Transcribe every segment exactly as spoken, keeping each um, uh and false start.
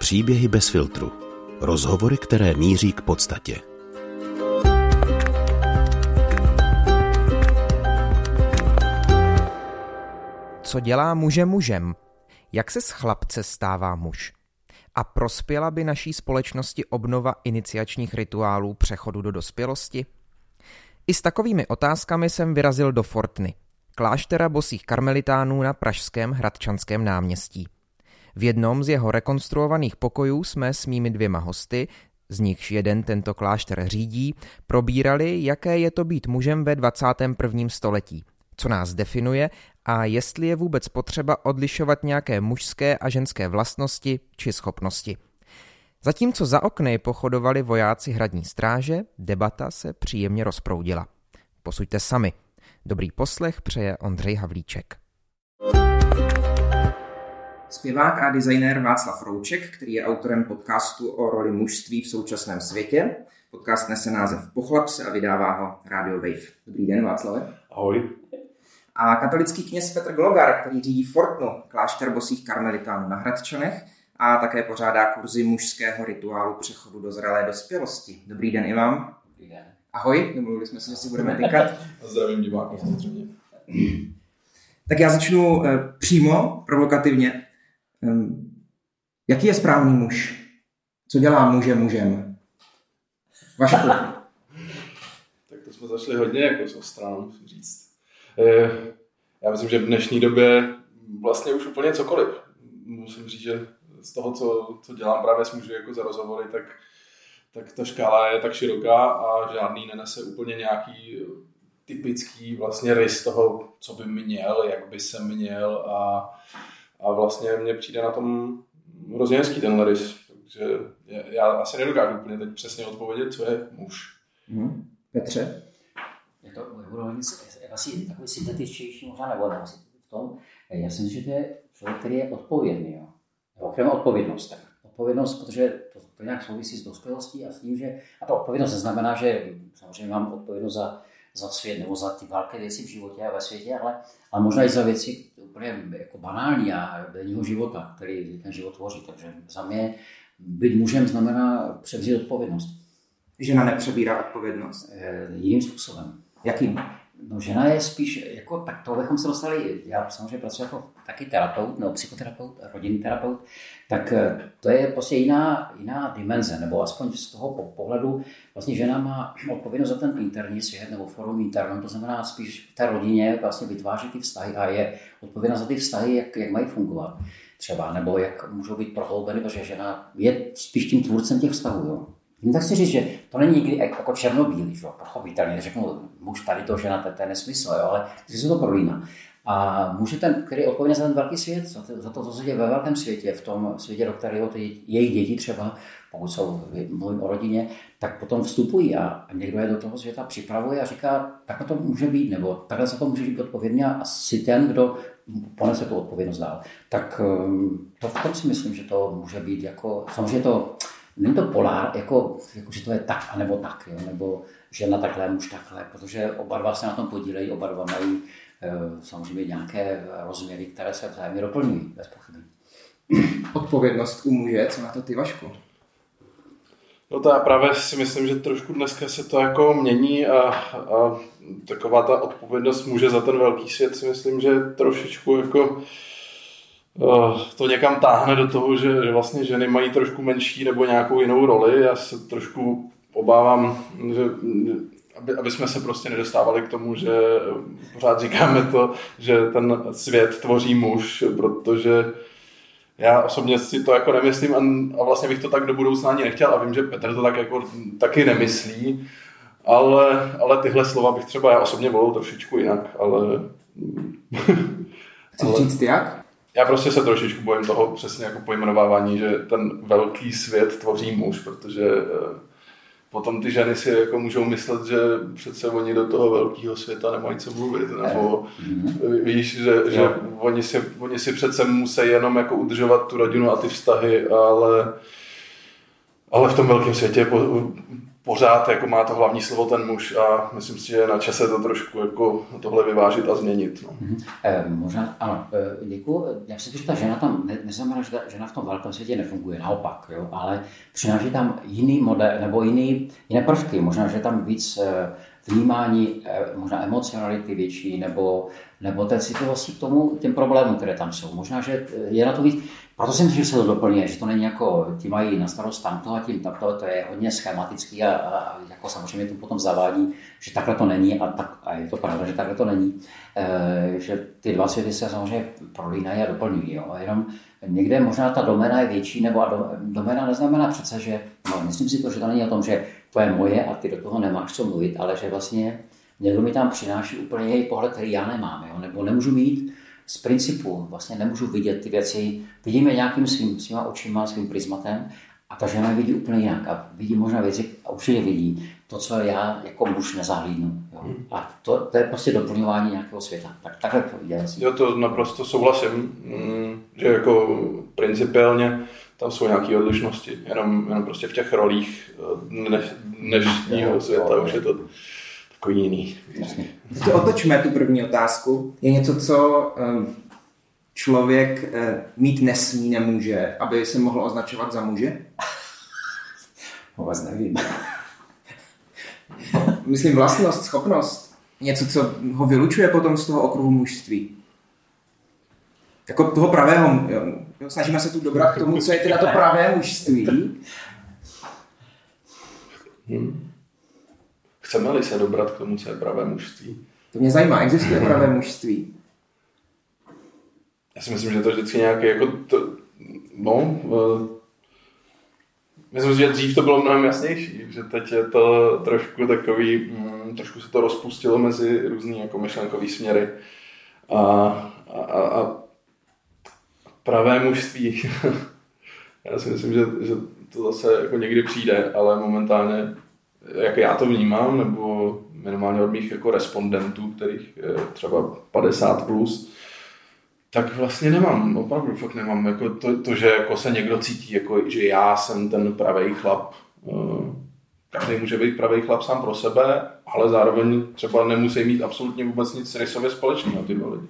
Příběhy bez filtru. Rozhovory, které míří k podstatě. Co dělá muže mužem? Jak se z chlapce stává muž? A prospěla by naší společnosti obnova iniciačních rituálů přechodu do dospělosti? I s takovými otázkami jsem vyrazil do Fortny, kláštera bosých karmelitánů na pražském Hradčanském náměstí. V jednom z jeho rekonstruovaných pokojů jsme s mými dvěma hosty, z nichž jeden tento klášter řídí, probírali, jaké je to být mužem ve dvacátém prvním století, co nás definuje a jestli je vůbec potřeba odlišovat nějaké mužské a ženské vlastnosti či schopnosti. Zatímco za okny pochodovali vojáci hradní stráže, debata se příjemně rozproudila. Posuďte sami. Dobrý poslech přeje Ondřej Havlíček. Zpěvák a designér Václav Rouček, který je autorem podcastu o roli mužství v současném světě. Podcast nese název Pochlap se a vydává ho Radio Wave. Dobrý den, Václave. Ahoj. A katolický kněz Petr Glogar, který řídí Fortnu, klášter bosých karmelitánů na Hradčanech a také pořádá kurzy mužského rituálu přechodu do zralé dospělosti. Dobrý den i vám. Dobrý den. Ahoj, domluvili jsme se, že si budeme tykat. Zdravím diváky, samozřejmě. Tak já začnu uh, přímo, provokativně. Um, jaký je správný muž? Co dělá muže mužem? Vaše Tak to jsme zašli hodně jako z ostrán, musím říct. E, já myslím, že v dnešní době vlastně už úplně cokoliv. Musím říct, že z toho, co, co dělám právě s muži jako za rozhovory, tak, tak ta škála je tak široká a žádný nenese úplně nějaký typický vlastně rys toho, co by měl, jak by se měl a, a vlastně mně přijde na tom hrozně hezký tenhle rys. Takže já asi nedokážu úplně teď přesně odpovědět, co je muž. Hmm. Petře? Je to asi takový syntetičtější možná nebo asi v tom. Já si myslím, že to je člověk, který je odpovědný. Jo. Opravdu odpovědnost. Tak. Odpovědnost, protože to, to nějak souvisí s dospělostí a s tím, že a ta odpovědnost neznamená, že samozřejmě mám odpovědnost za, za svět nebo za ty velké věci v životě a ve světě, ale, ale možná i za věci úplně jako banální a denního života, který ten život tvoří. Takže za mě být mužem znamená převzít odpovědnost. Žena nepřebírá odpovědnost. E, jiným způsobem. Jakým? No, žena je spíš, jako, tak to bychom se dostali, já samozřejmě pracuji jako taky terapeut, nebo psychoterapeut, rodinný terapeut, tak to je prostě jiná, jiná dimenze, nebo aspoň z toho pohledu, vlastně žena má odpovědnost za ten interní svět, nebo forum internom, to znamená spíš v té rodině vlastně vytváří ty vztahy a je odpovědná za ty vztahy, jak, jak mají fungovat třeba, nebo jak můžou být prohloubeny, protože žena je spíš tím tvůrcem těch vztahů, jo. No, tak si říct, že to není nikdy jako černobílý, že? Pochopitelně, řeknu, muž tady to, žena, to je nesmysl, jo? Ale když se to prolíná. A muž je ten, který je odpovědný za ten velký svět, za to, za to, co se děje ve velkém světě, v tom světě, do kterého ty jejich děti třeba, pokud jsou, mluvím o rodině, tak potom vstupují a, a někdo je do toho světa připravuje a říká, takhle to může být, nebo takhle za to může být odpovědný a si ten, kdo ponese tu odpovědnost dál. Tak to v tom si myslím, že to může být jako, samozřejmě to není to polár, jako, jako že to je tak, anebo tak, jo? Nebo žena takhle, muž takhle, protože oba dva se na tom podílejí, oba dva mají e, samozřejmě nějaké rozměry, které se vzájemně doplňují, bez pochyby. Odpovědnost u muže, co na to ty, Vašku? No to já právě si myslím, že trošku dneska se to jako mění a, a taková ta odpovědnost muže za ten velký svět si myslím, že trošičku jako to někam táhne do toho, že, že vlastně ženy mají trošku menší nebo nějakou jinou roli. Já se trošku obávám, že, aby, aby jsme se prostě nedostávali k tomu, že pořád říkáme to, že ten svět tvoří muž, protože já osobně si to jako nemyslím a, a vlastně bych to tak do budoucna ani nechtěl a vím, že Petr to tak jako taky nemyslí, ale, ale tyhle slova bych třeba já osobně volil trošičku jinak, ale... Chci ale... říct jak? Já prostě se trošičku bojím toho přesně jako pojmenovávání, že ten velký svět tvoří muž, protože potom ty ženy si jako můžou myslet, že přece oni do toho velkého světa nemají co mluvit, nebo víš, že, že oni, si, oni si přece musí jenom jako udržovat tu rodinu a ty vztahy, ale, ale v tom velkém světě pořád jako má to hlavní slovo ten muž a myslím si, že je na čase to trošku jako tohle vyvážit a změnit. No. Mm-hmm. E, možná, ano, e, děkuji. Já si myslím, že ta žena tam, ne, neznamená, že ta žena v tom velkém světě nefunguje, naopak, jo, ale přináší tam jiný model, nebo jiný, jiné prvky, možná, že tam víc e, vnímání, e, možná emocionality větší, nebo, nebo té citlivosti k tomu, těm problémům, které tam jsou. Možná, že je na to víc. Proto si myslím, že se to doplňuje, že to není jako, ti mají na starost tamto a tím tamto, to je hodně schematický a, a jako samozřejmě to potom zavádí, že takhle to není a, tak, a je to pravda, že takhle to není. E, že ty dva světy se samozřejmě prolínají a doplňují. Jo. Jenom někde možná ta domena je větší, nebo a do, domena neznamená přece, že, no, myslím si to, že to není o tom, že to je moje a ty do toho nemáš co mluvit, ale že vlastně někdo mi tam přináší úplně její pohled, který já nemám, jo, nebo nemůžu mít z principu, vlastně nemůžu vidět ty věci, vidím je nějakým svým, svýma očima, svým prismatem a ta žena vidí úplně jinak a vidí možná věci a určitě vidí to, co já jako muž nezahlídnu. Jo. A to, to je prostě doplňování nějakého světa. Tak takhle to jde. Já to naprosto souhlasím, že jako principiálně tam jsou nějaké odlišnosti, jenom, jenom prostě v těch rolích dneš, dnešního světa už je to takový jiný. To otočme tu první otázku. Je něco, co člověk mít nesmí, nemůže, aby se mohl označovat za muže? Vůbec nevím. Myslím vlastnost, schopnost. Něco, co ho vylučuje potom z toho okruhu mužství. Jako toho pravého, jo, snažíme se tu dobrat k tomu, co je teda to pravé mužství. Hmm. Chceme-li se dobrat k tomu, co je pravé mužství? To mě zajímá, existuje pravé mužství? Já si myslím, že to je vždycky nějaké jako to, no, uh, myslím si, že dřív to bylo mnohem jasnější, že teď je to trošku takový, mm, trošku se to rozpustilo mezi různý jako myšlenkový směry a, a, a, a pravé mužství. Já si myslím, že, že to zase jako někdy přijde, ale momentálně jak já to vnímám, nebo minimálně od mých jako respondentů, kterých je třeba padesát plus, tak vlastně nemám, opravdu fakt nemám jako to, to, že jako se někdo cítí, jako, že já jsem ten pravý chlap. Každý může být pravý chlap sám pro sebe, ale zároveň třeba nemusí mít absolutně vůbec nic rysově společného ty dva lidi.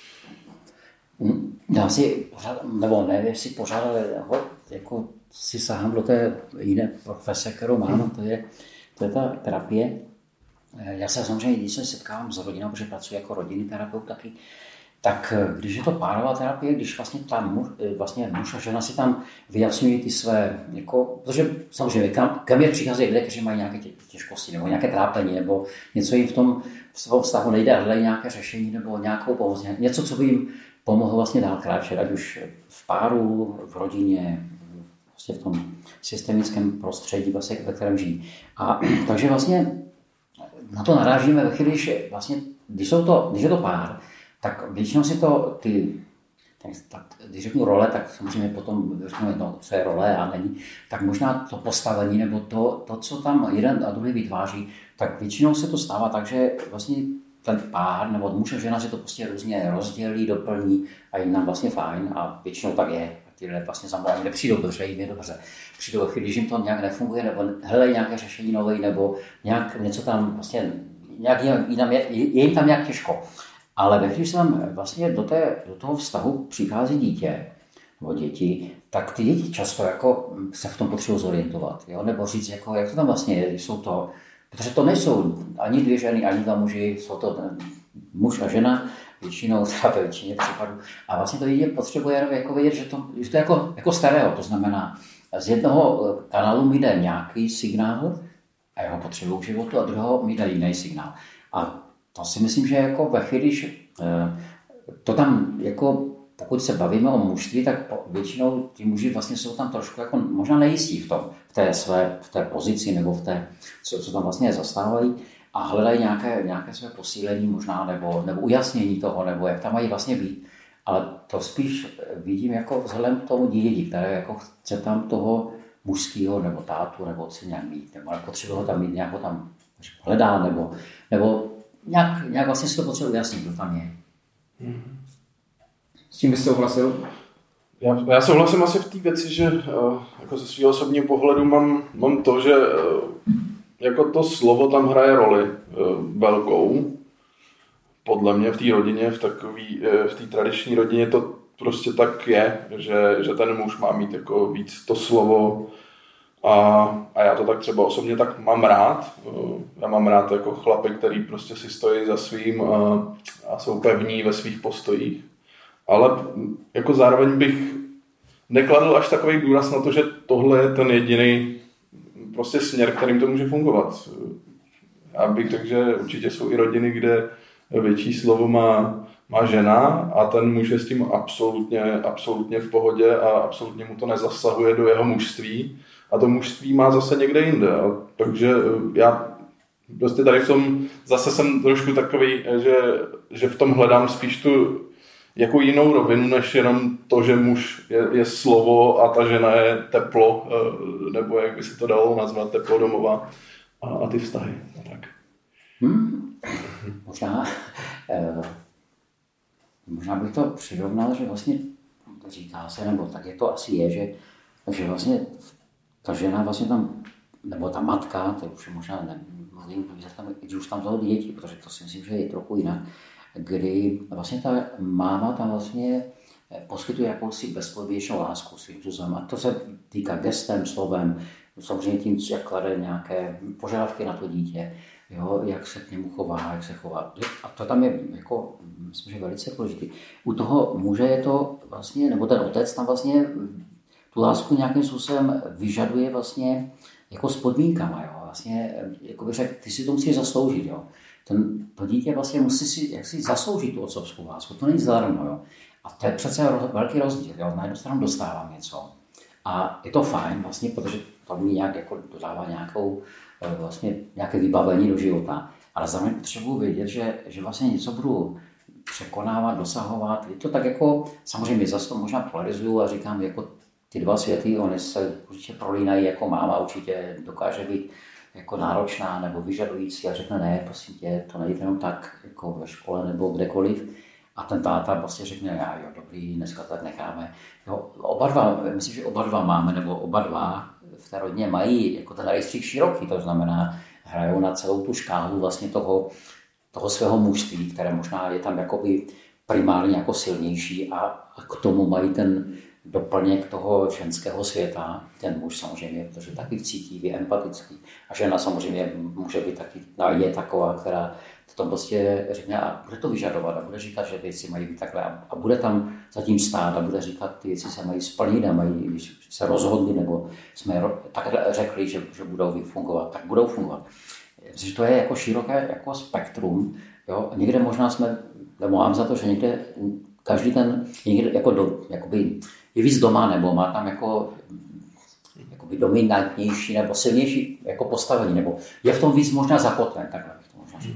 Já si pořád, nebo nevím, si pořád, ale jako si sahám do té jiné profese, kterou mám, to je To je ta terapie. Já se samozřejmě, když se setkávám s rodinou, protože pracuji jako rodinný terapeut taky, tak když je to párová terapie, když vlastně ta muž, vlastně muž a žena si tam vyjasňují ty své, jako, protože samozřejmě kam, kam je přicházejí lidé, kteří mají nějaké těžkosti nebo nějaké trápení, nebo něco jim v tom svém vztahu nejde, hledají nějaké řešení nebo nějakou pomoc, něco, co by jim pomohlo vlastně dál kráčet, ať už v páru, v rodině, vlastně v tom systemickém prostředí, vlastně, ve kterém žijí. A takže vlastně na to narážíme ve chvíli, když, vlastně, když, jsou to, když je to pár, tak většinou si to ty, tak, tak, když řeknu role, tak samozřejmě potom řeknu, no, co je role a není, tak možná to postavení nebo to, to, co tam jeden a druhý vytváří, tak většinou se to stává tak, že vlastně ten pár nebo muž a žena si to prostě různě rozdělí, doplní a jim nám vlastně fajn a většinou tak je. Ty lidé vlastně za mnou ani nepřijdou dobře, jim je dobře. Přijdou, když jim to nějak nefunguje, nebo hledají nějaké řešení nové, nebo nějak něco tam vlastně, nějak jinam je, je jim tam nějak těžko. Ale ve chvíli, se tam vlastně do, té, do toho vztahu přichází dítě, nebo děti, tak ty děti často jako se v tom potřebují zorientovat, jo? Nebo říct, jako, jak to tam vlastně je, jsou to, protože to nejsou ani dvě ženy, ani dva muži, jsou to muž a žena, většinou, třeba ve většině případů. A vlastně to dítě potřebuje jako vědět, že to, že to je jako, jako stereo, to znamená, z jednoho kanálu mi jde nějaký signál a jeho potřebuji k životu a druhého mi jde jiný signál. A to si myslím, že jako ve chvíli, když to tam jako, pokud se bavíme o mužství, tak většinou ti muži vlastně jsou tam trošku jako možná nejistí v tom, v té své, v té pozici nebo v té, co, co tam vlastně zastávají a hledají nějaké, nějaké své posílení možná nebo, nebo ujasnění toho, nebo jak tam mají vlastně být. Ale to spíš vidím jako vzhledem k tomu dítěti, které jako chce tam toho mužského nebo tátu nebo chce nějak mít, nebo potřebuje ho tam mít, nějak ho tam hledá, nebo, nebo nějak, nějak vlastně si to potřebuje ujasnit, kdo tam je. S tím bys souhlasil? Já, já souhlasím asi v té věci, že jako ze svého osobního pohledu mám, mám to, že jako to slovo tam hraje roli velkou. Podle mě v té rodině, v takový, v té tradiční rodině to prostě tak je, že, že ten muž má mít jako víc to slovo a, a já to tak třeba osobně tak mám rád. Já mám rád jako chlapy, který prostě si stojí za svým a, a jsou pevní ve svých postojích. Ale jako zároveň bych nekladl až takový důraz na to, že tohle je ten jediný prostě směr, kterým to může fungovat. Já bych řekl, že určitě jsou i rodiny, kde větší slovo má, má žena a ten muž je s tím absolutně, absolutně v pohodě a absolutně mu to nezasahuje do jeho mužství a to mužství má zase někde jinde. A takže já prostě tady v tom zase jsem trošku takový, že, že v tom hledám spíš tu jako jinou rovinu, než jenom to, že muž je, je slovo a ta žena je teplo, nebo jak by se to dalo nazvat, teplo domova a, a ty vztahy. Tak. Hmm. Možná, eh, možná bych to přirovnal, že vlastně říká se, nebo tak je to asi je, že, že vlastně ta žena vlastně tam, nebo ta matka, to už je možná nemluvím, když už tam toho děti, protože to si myslím, že je trochu jinak, kdy vlastně ta máma tam vlastně poskytuje jakousi bezpodmínečnou lásku svým způsobem. A to se týká gestem, slovem, samozřejmě tím, jak klade nějaké požadavky na to dítě, jo, jak se k němu chová, jak se chová. A to tam je, jako, myslím, že velice důležitý. U toho muže je to vlastně, nebo ten otec tam vlastně tu lásku nějakým způsobem vyžaduje vlastně jako s podmínkama, jo. Vlastně, jako bych řekl, ty si to musíš zasloužit, jo. Ten, to dítě vlastně musí si, jak si zasloužit tu otcovskou lásku, to není zdarma, jo. A to je přece velký rozdíl, jo. Na jednu stranu dostávám něco a je to fajn vlastně, protože to mi nějak jako dodává nějakou, vlastně nějaké vybavení do života, ale zároveň potřebuji vědět, že, že vlastně něco budu překonávat, dosahovat. Je to tak jako, samozřejmě zase to možná polarizuju a říkám, jako ty dva světy, oni se určitě prolínají, jako máma určitě dokáže být jako náročná nebo vyžadující a řekne ne, prosím tě, to nejde jenom tak jako ve škole nebo kdekoliv. A ten táta prostě řekne, já jo, dobrý, dneska tak necháme. Jo, oba dva, myslím, že oba dva máme, nebo oba dva v té rodině mají jako ten rejstřík široký, to znamená, hrajou na celou tu škálu vlastně toho, toho svého mužství, které možná je tam jakoby primárně jako silnější a, a k tomu mají ten doplněk toho ženského světa, ten muž samozřejmě, protože taky cítivý, empatický. A žena samozřejmě může být taky, je taková, která to prostě řekne a bude to vyžadovat a bude říkat, že věci mají být takhle a bude tam zatím stát a bude říkat, ty věci se mají splnit a mají, když se rozhodli nebo jsme takhle řekli, že, že budou fungovat, tak budou fungovat. Protože to je jako široké jako spektrum. Jo? Někde možná jsme, nebo mám za to, že někde každý ten někde jako do, jakoby, je víc doma nebo má tam jako jakoby dominantnější nebo silnější jako postavení, nebo je v tom víc možná zakotven, takhle bych to možná říct.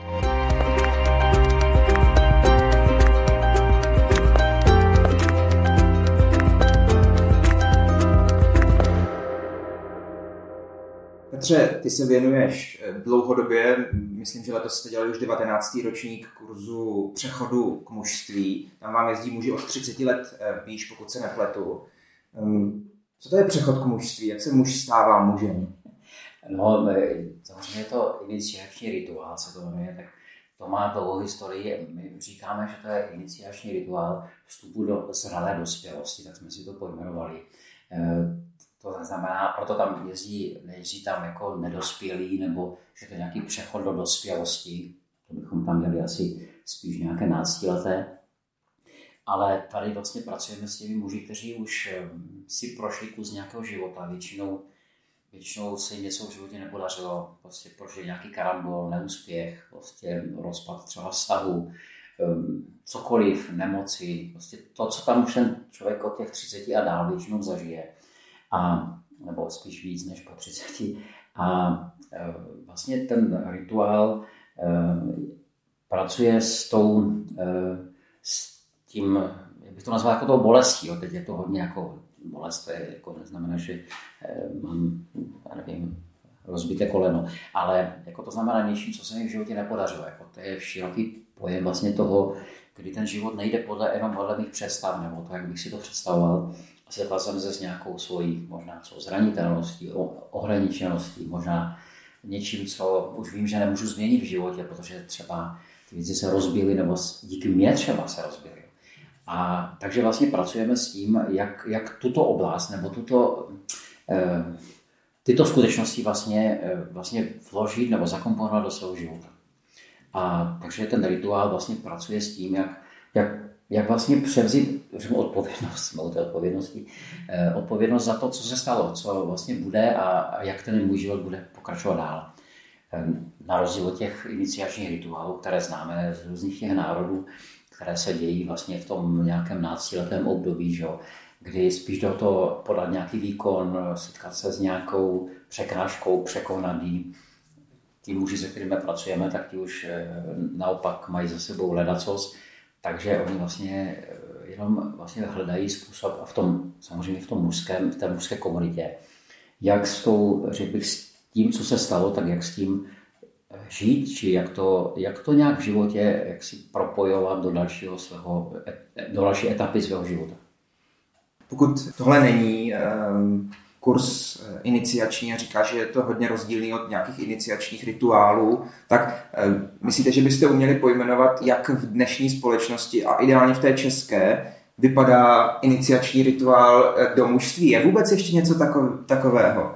Petře, ty se věnuješ dlouhodobě, myslím, že letos jste dělali už devatenáctý ročník kurzu přechodu k mužství. Tam vám jezdí muži od třicet let výš, pokud se nepletu. Co to je přechod k mužství? Jak se muž stává mužem? No, samozřejmě je to iniciační rituál, se to jmenuje, tak to má dlouhou historii. My říkáme, že to je iniciační rituál vstupu do zralé dospělosti, tak jsme si to pojmenovali. To znamená, proto tam jezdí, nejezdí tam jako nedospělí, nebo že to je nějaký přechod do dospělosti. To bychom tam měli asi spíš nějaké náctileté. Ale tady vlastně pracujeme s těmi muži, kteří už si prošli kus nějakého života. Většinou, většinou se jim něco v životě nepodařilo. Prostě prošli nějaký karambol, neúspěch, prostě rozpad třeba vztahu, cokoliv, nemoci. Prostě to, co tam už ten člověk od těch třiceti a dál většinou zažije. A, nebo spíš víc než po třiceti. A e, vlastně ten rituál e, pracuje s tou, e, s tím, jak bych to nazval, jako tou bolestí. Jo. Teď je to hodně jako bolest, to je, jako neznamená, že e, mám, já nevím, rozbité koleno, ale jako to znamená něčím, co se mi v životě nepodařilo. Jako to je široký pojem vlastně toho, kdy ten život nejde podle jenom podle mých představ, nebo to, jak bych si to představoval. A setkal jsem se s nějakou svojí možná co zranitelností, ohraničeností, možná něčím, co už vím, že nemůžu změnit v životě, protože třeba ty věci se rozbily, nebo díky mně třeba se rozbily. A takže vlastně pracujeme s tím, jak, jak tuto oblast nebo tuto, eh, tyto skutečnosti vlastně, eh, vlastně vložit nebo zakomponovat do svého života. A takže ten rituál vlastně pracuje s tím, jak, jak, jak vlastně převzít řeknu, odpovědnost, nebo té odpovědnosti, eh, odpovědnost za to, co se stalo, co vlastně bude a, a jak ten můj život bude pokračovat dál. Na rozdíl od těch iniciačních rituálů, které známe z různých těch národů, které se dějí vlastně v tom nějakém náctiletém období, že? Kdy spíš do toho podat nějaký výkon, setkat se s nějakou překážkou, překonat. Ti muži, se kterými pracujeme, tak ti už naopak mají za sebou ledacos, takže oni vlastně jenom vlastně hledají způsob a v tom, samozřejmě v tom mužském, v té mužské komunitě, jak s tou, řekl bych, s tím, co se stalo, tak jak s tím žít, či jak to, jak to nějak v životě jak si propojovat do dalšího svého, do další etapy svého života. Pokud tohle není um, kurz iniciační a říká, že je to hodně rozdílný od nějakých iniciačních rituálů, tak um, myslíte, že byste uměli pojmenovat, jak v dnešní společnosti a ideálně v té české vypadá iniciační rituál do mužství? Je vůbec ještě něco tako- takového?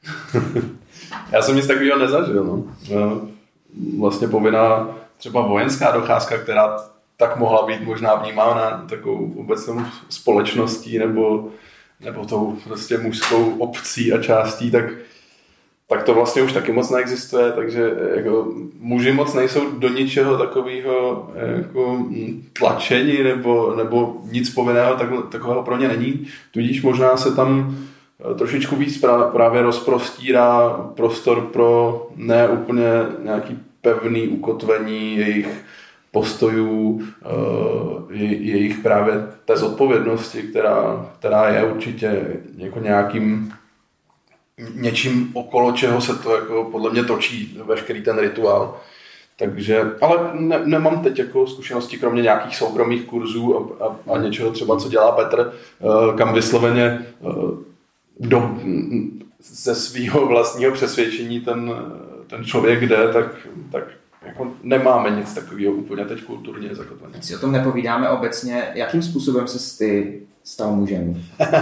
Já jsem nic takového nezažil. No. Vlastně povinná třeba vojenská docházka, která tak mohla být možná vnímána takovou obecnou společností nebo, nebo tou prostě mužskou obcí a částí, tak, tak to vlastně už taky moc neexistuje, takže jako, muži moc nejsou do ničeho takového jako, tlačení nebo, nebo nic povinného tak, takového pro ně není. Tudíž možná se tam trošičku víc právě rozprostírá prostor pro ne úplně nějaký pevný ukotvení jejich postojů, jejich právě té zodpovědnosti, která, která je určitě jako nějakým něčím, okolo čeho se to jako podle mě točí veškerý ten rituál. Takže, ale ne, nemám teď jako zkušenosti, kromě nějakých soukromých kurzů a, a, a něčeho třeba, co dělá Petr, kam vysloveně do, ze svého vlastního přesvědčení ten, ten člověk jde, tak, tak jako nemáme nic takového úplně teď kulturně zakotvené. Si o tom nepovídáme obecně, jakým způsobem se ty stal mužem?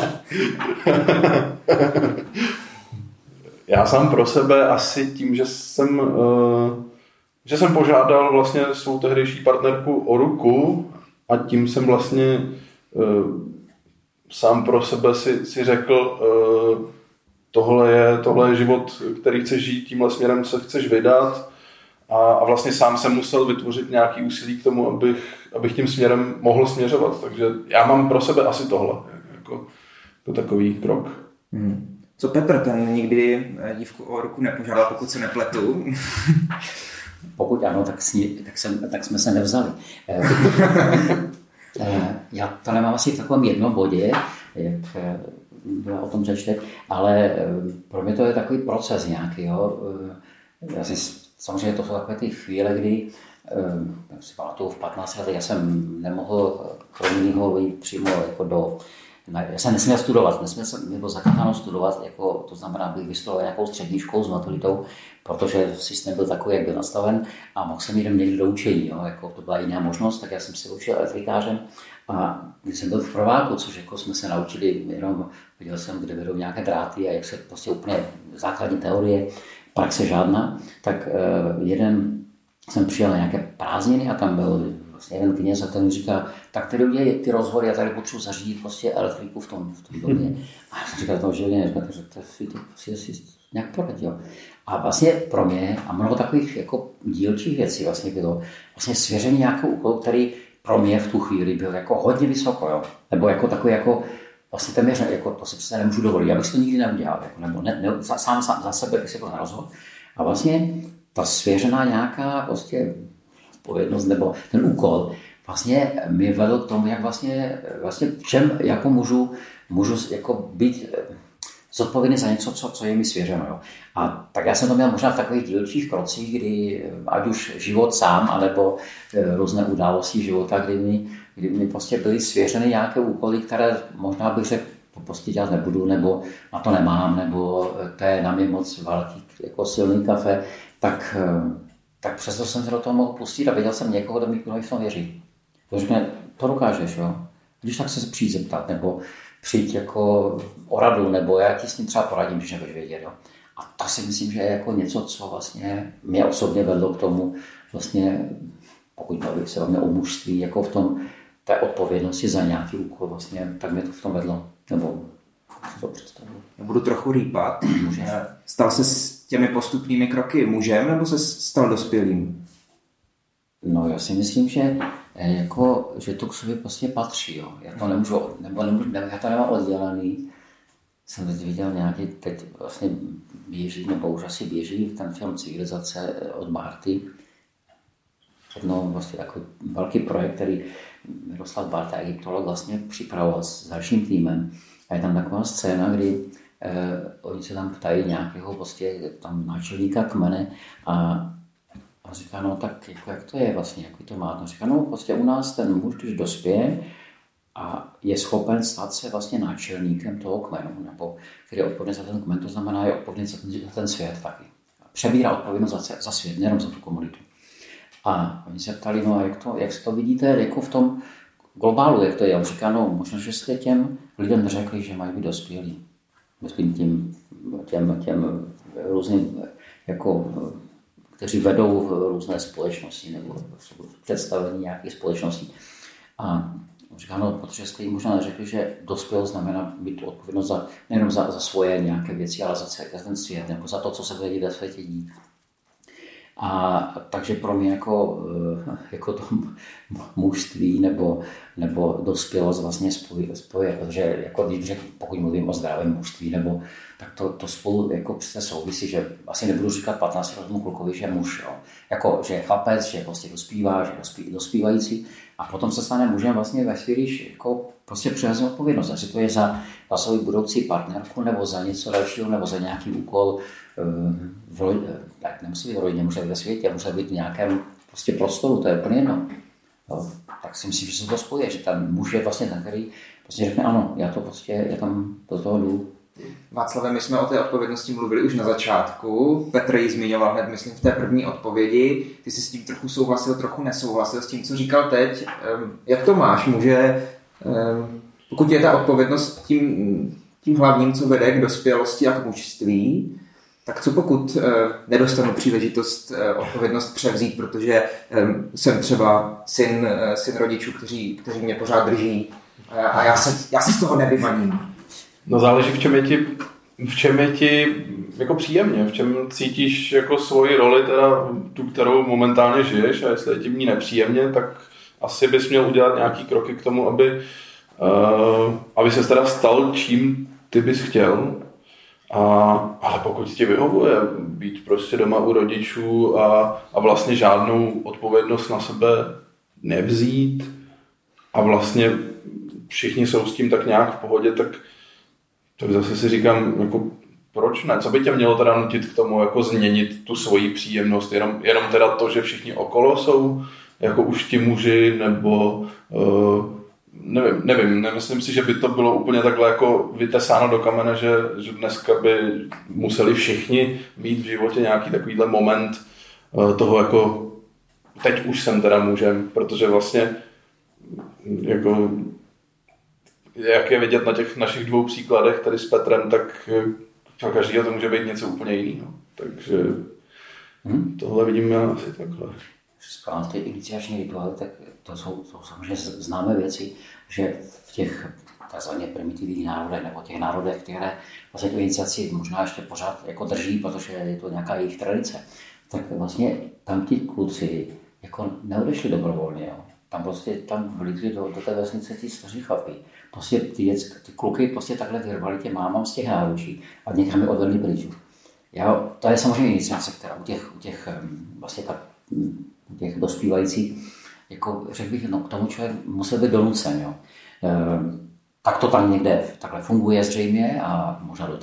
Já sám pro sebe asi tím, že jsem, že jsem požádal vlastně svou tehdejší partnerku o ruku a tím jsem vlastně sám pro sebe si, si řekl, tohle je, tohle je život, který chceš žít, tímhle směrem se chceš vydat a, a vlastně sám jsem musel vytvořit nějaký úsilí k tomu, abych, abych tím směrem mohl směřovat. Takže já mám pro sebe asi tohle, jako, jako takový krok. Hmm. Co Petr, ten nikdy dívku o ruku nepožádal, pokud se nepletu? Pokud ano, tak, sni, tak, jsem, tak jsme se nevzali. Já to nemám asi v takovém jednom bodě, jak byla o tom řeč, ale pro mě to je takový proces nějaký. Jo. Já si, samozřejmě to jsou takové ty chvíle, kdy si pamatuju v patnácti letech, já jsem nemohl kromě něho jít přímo jako do... Já jsem nesměl studovat, nesměl jsem, mi bylo zakázáno studovat, jako, to znamená, bych vystudoval nějakou střední školu s maturitou, protože systém byl takový, jak byl nastaven a mohl jsem jít někdy do učení, jo, jako to byla jiná možnost, tak já jsem se učil elektrikářem a když jsem byl v prváku, což jako jsme se naučili, jenom viděl jsem, kde vedou nějaké dráty a jak se prostě úplně základní teorie, praxe žádná, tak uh, jeden jsem přijel na nějaké prázdniny a tam byl vlastně jeden kněz a ten říká, tak tady udělej ty rozhovory, já tady potřebuji zařídit prostě elektriku v tom, v tom domě. A já jsem říkal toho, že ne, říkal, že to si to si, si nějak poradit, jo. A vlastně pro mě a mnoho takových jako dílčích věcí vlastně bylo vlastně svěření nějakou úkol, který pro mě v tu chvíli byl jako hodně vysoko, jo. Nebo jako takový jako vlastně téměř, jako to si přesně nemůžu dovolit, já bych to nikdy neudělal, jako, nebo ne, ne, sám, sám za sebe bych si to nerozhodl. A vlastně ta svěřená nějaká prostě odpovědnost nebo ten úkol vlastně mi vedl k tomu, jak vlastně, vlastně v čem jako můžu, můžu jako být zodpovědný za něco, co, co je mi svěřeno. Jo. A tak já jsem to měl možná v takových dílčích krocích, kdy ať už život sám, anebo různé události života, kdy mi, kdy mi prostě byly svěřeny nějaké úkoly, které možná bych řekl prostě dělat nebudu, nebo na to nemám, nebo to je na mě moc velký, jako silný kafe, tak, tak přesto jsem se do toho mohl pustit a viděl jsem někoho, kdo mi v tom věří. To řekne, to dokážeš, jo. Když tak se přijít zeptat, nebo přijít jako o radu, nebo já ti s tím třeba poradím, když nebudeš vědět, jo. A to si myslím, že je jako něco, co vlastně mě osobně vedlo k tomu, vlastně, pokud bych se bavil o mužství, jako v tom, té odpovědnosti za nějaký úkol, vlastně, tak mě to v tom vedlo, nebo si to představuji. Já budu trochu rýpat. Stal se s těmi postupnými kroky mužem, nebo se stal dospělým? No, já si myslím, že, jako, že to k sobě prostě patří, jo. Já to nemůžu, nebo nemůžu, nebo já to nemám oddělený. Jsem teď viděl nějaký, teď vlastně běží, nebo už asi běží ten film Civilizace od Marty. Jedno vlastně takový velký projekt, který Miroslav Barta, egyptolog, vlastně připravoval s dalším týmem. A je tam taková scéna, kdy eh, oni se tam ptají nějakého prostě tam náčelníka kmene a, a říká, no tak jako, jak to je vlastně, jak to má? No říká, no prostě u nás ten muž, když dospěje a je schopen stát se vlastně náčelníkem toho kmenu, nebo který je odpovědný za ten kmen, to znamená, je odpovědný za ten, za ten svět taky. Přebírá odpovědnost za, za svět, nejenom za tu komunitu. A oni se ptali, no a jak to, jak to vidíte jako v tom globálu, jak to je? On říká, no možná, že jste těm lidem neřekli, že mají být dospělí. Myslím tím, těm, těm různým, jako, kteří vedou různé společnosti nebo představení nějakých společností. A on říká, no, protože jste jim možná neřekli, že dospěl znamená být tu odpovědnost za, nejenom za, za svoje nějaké věci, ale za, celý, za ten svět, nebo za to, co se bude ve světě dít. A takže pro mě jako, jako to mužství nebo, nebo dospělost vlastně spojí, spojí protože jako když řekl, pokud mluvím o zdravém mužství, nebo, tak to, to spolu jako přesně souvisí, že asi nebudu říkat patnáctiletému klukovi, že je muž, jo. Jako, že je chlapec, že prostě dospívá, že je dospí, dospívající a potom se stane mužem vlastně ve chvíli, když jako prostě převezme odpovědnost, jestli to je za, za svou budoucí partnerku, nebo za něco dalšího, nebo za nějaký úkol v rodině, tak nemusí být v rodině, může být ve světě, může být v nějakém prostě prostoru, to je úplně jedno. No, tak si myslím, že se to spojí, že ten muž je vlastně ten, který prostě řekne ano, já to prostě, já tam do toho jdu. Václave, my jsme o té odpovědnosti mluvili už na začátku. Petr ji zmiňoval hned, myslím, v té první odpovědi. Ty jsi s tím trochu souhlasil, trochu nesouhlasil s tím, co říkal teď. Jak to máš? Může, pokud je ta odpovědnost tím, tím hlavním, co vede k dospělosti a k mužství, tak co pokud nedostanu příležitost odpovědnost převzít, protože jsem třeba syn, syn rodičů, kteří, kteří mě pořád drží a já se, já se z toho nevymaním. No záleží, v čem je ti, v čem je ti jako příjemně, v čem cítíš jako svoji roli, teda tu, kterou momentálně žiješ, a jestli je ti v ní nepříjemně, tak asi bys měl udělat nějaký kroky k tomu, aby, uh, aby se teda stal čím ty bys chtěl. A, ale pokud ti vyhovuje být prostě doma u rodičů a, a vlastně žádnou odpovědnost na sebe nevzít a vlastně všichni jsou s tím tak nějak v pohodě, tak tak zase si říkám, jako, proč ne? Co by tě mělo teda nutit k tomu, jako změnit tu svoji příjemnost? Jenom, jenom teda to, že všichni okolo jsou jako už ti muži, nebo uh, nevím, nevím, nemyslím si, že by to bylo úplně takhle jako vytesáno do kamene, že, že dneska by museli všichni mít v životě nějaký takovýhle moment uh, toho jako teď už jsem teda mužem, protože vlastně jako jak je vidět na těch našich dvou příkladech tady s Petrem, tak pro každého to může být něco úplně jiného. Takže hmm. tohle vidíme asi takhle. Správně ty iniciační rituály, tak to jsou, to jsou samozřejmě známé věci, že v těch takzvaně primitivních národech nebo těch národech, které vlastně tu iniciaci možná ještě pořád jako drží, protože je to nějaká jejich tradice, tak vlastně tam ti kluci jako neodešli dobrovolně. Jo. Tam prostě tam vlítli do, do té vesnice ty staří chlapí. Prostě ty, děc, ty kluky prostě takhle vyrvali tě mámám z těch náručí a někam je odvedli pryč. Já, to je samozřejmě iniciace, která u těch, u těch, vlastně tak, u těch dospívajících, jako řekl bych, no, k tomu člověk musel být donucen. Jo. E, tak to tam někde takhle funguje zřejmě a možná doteď.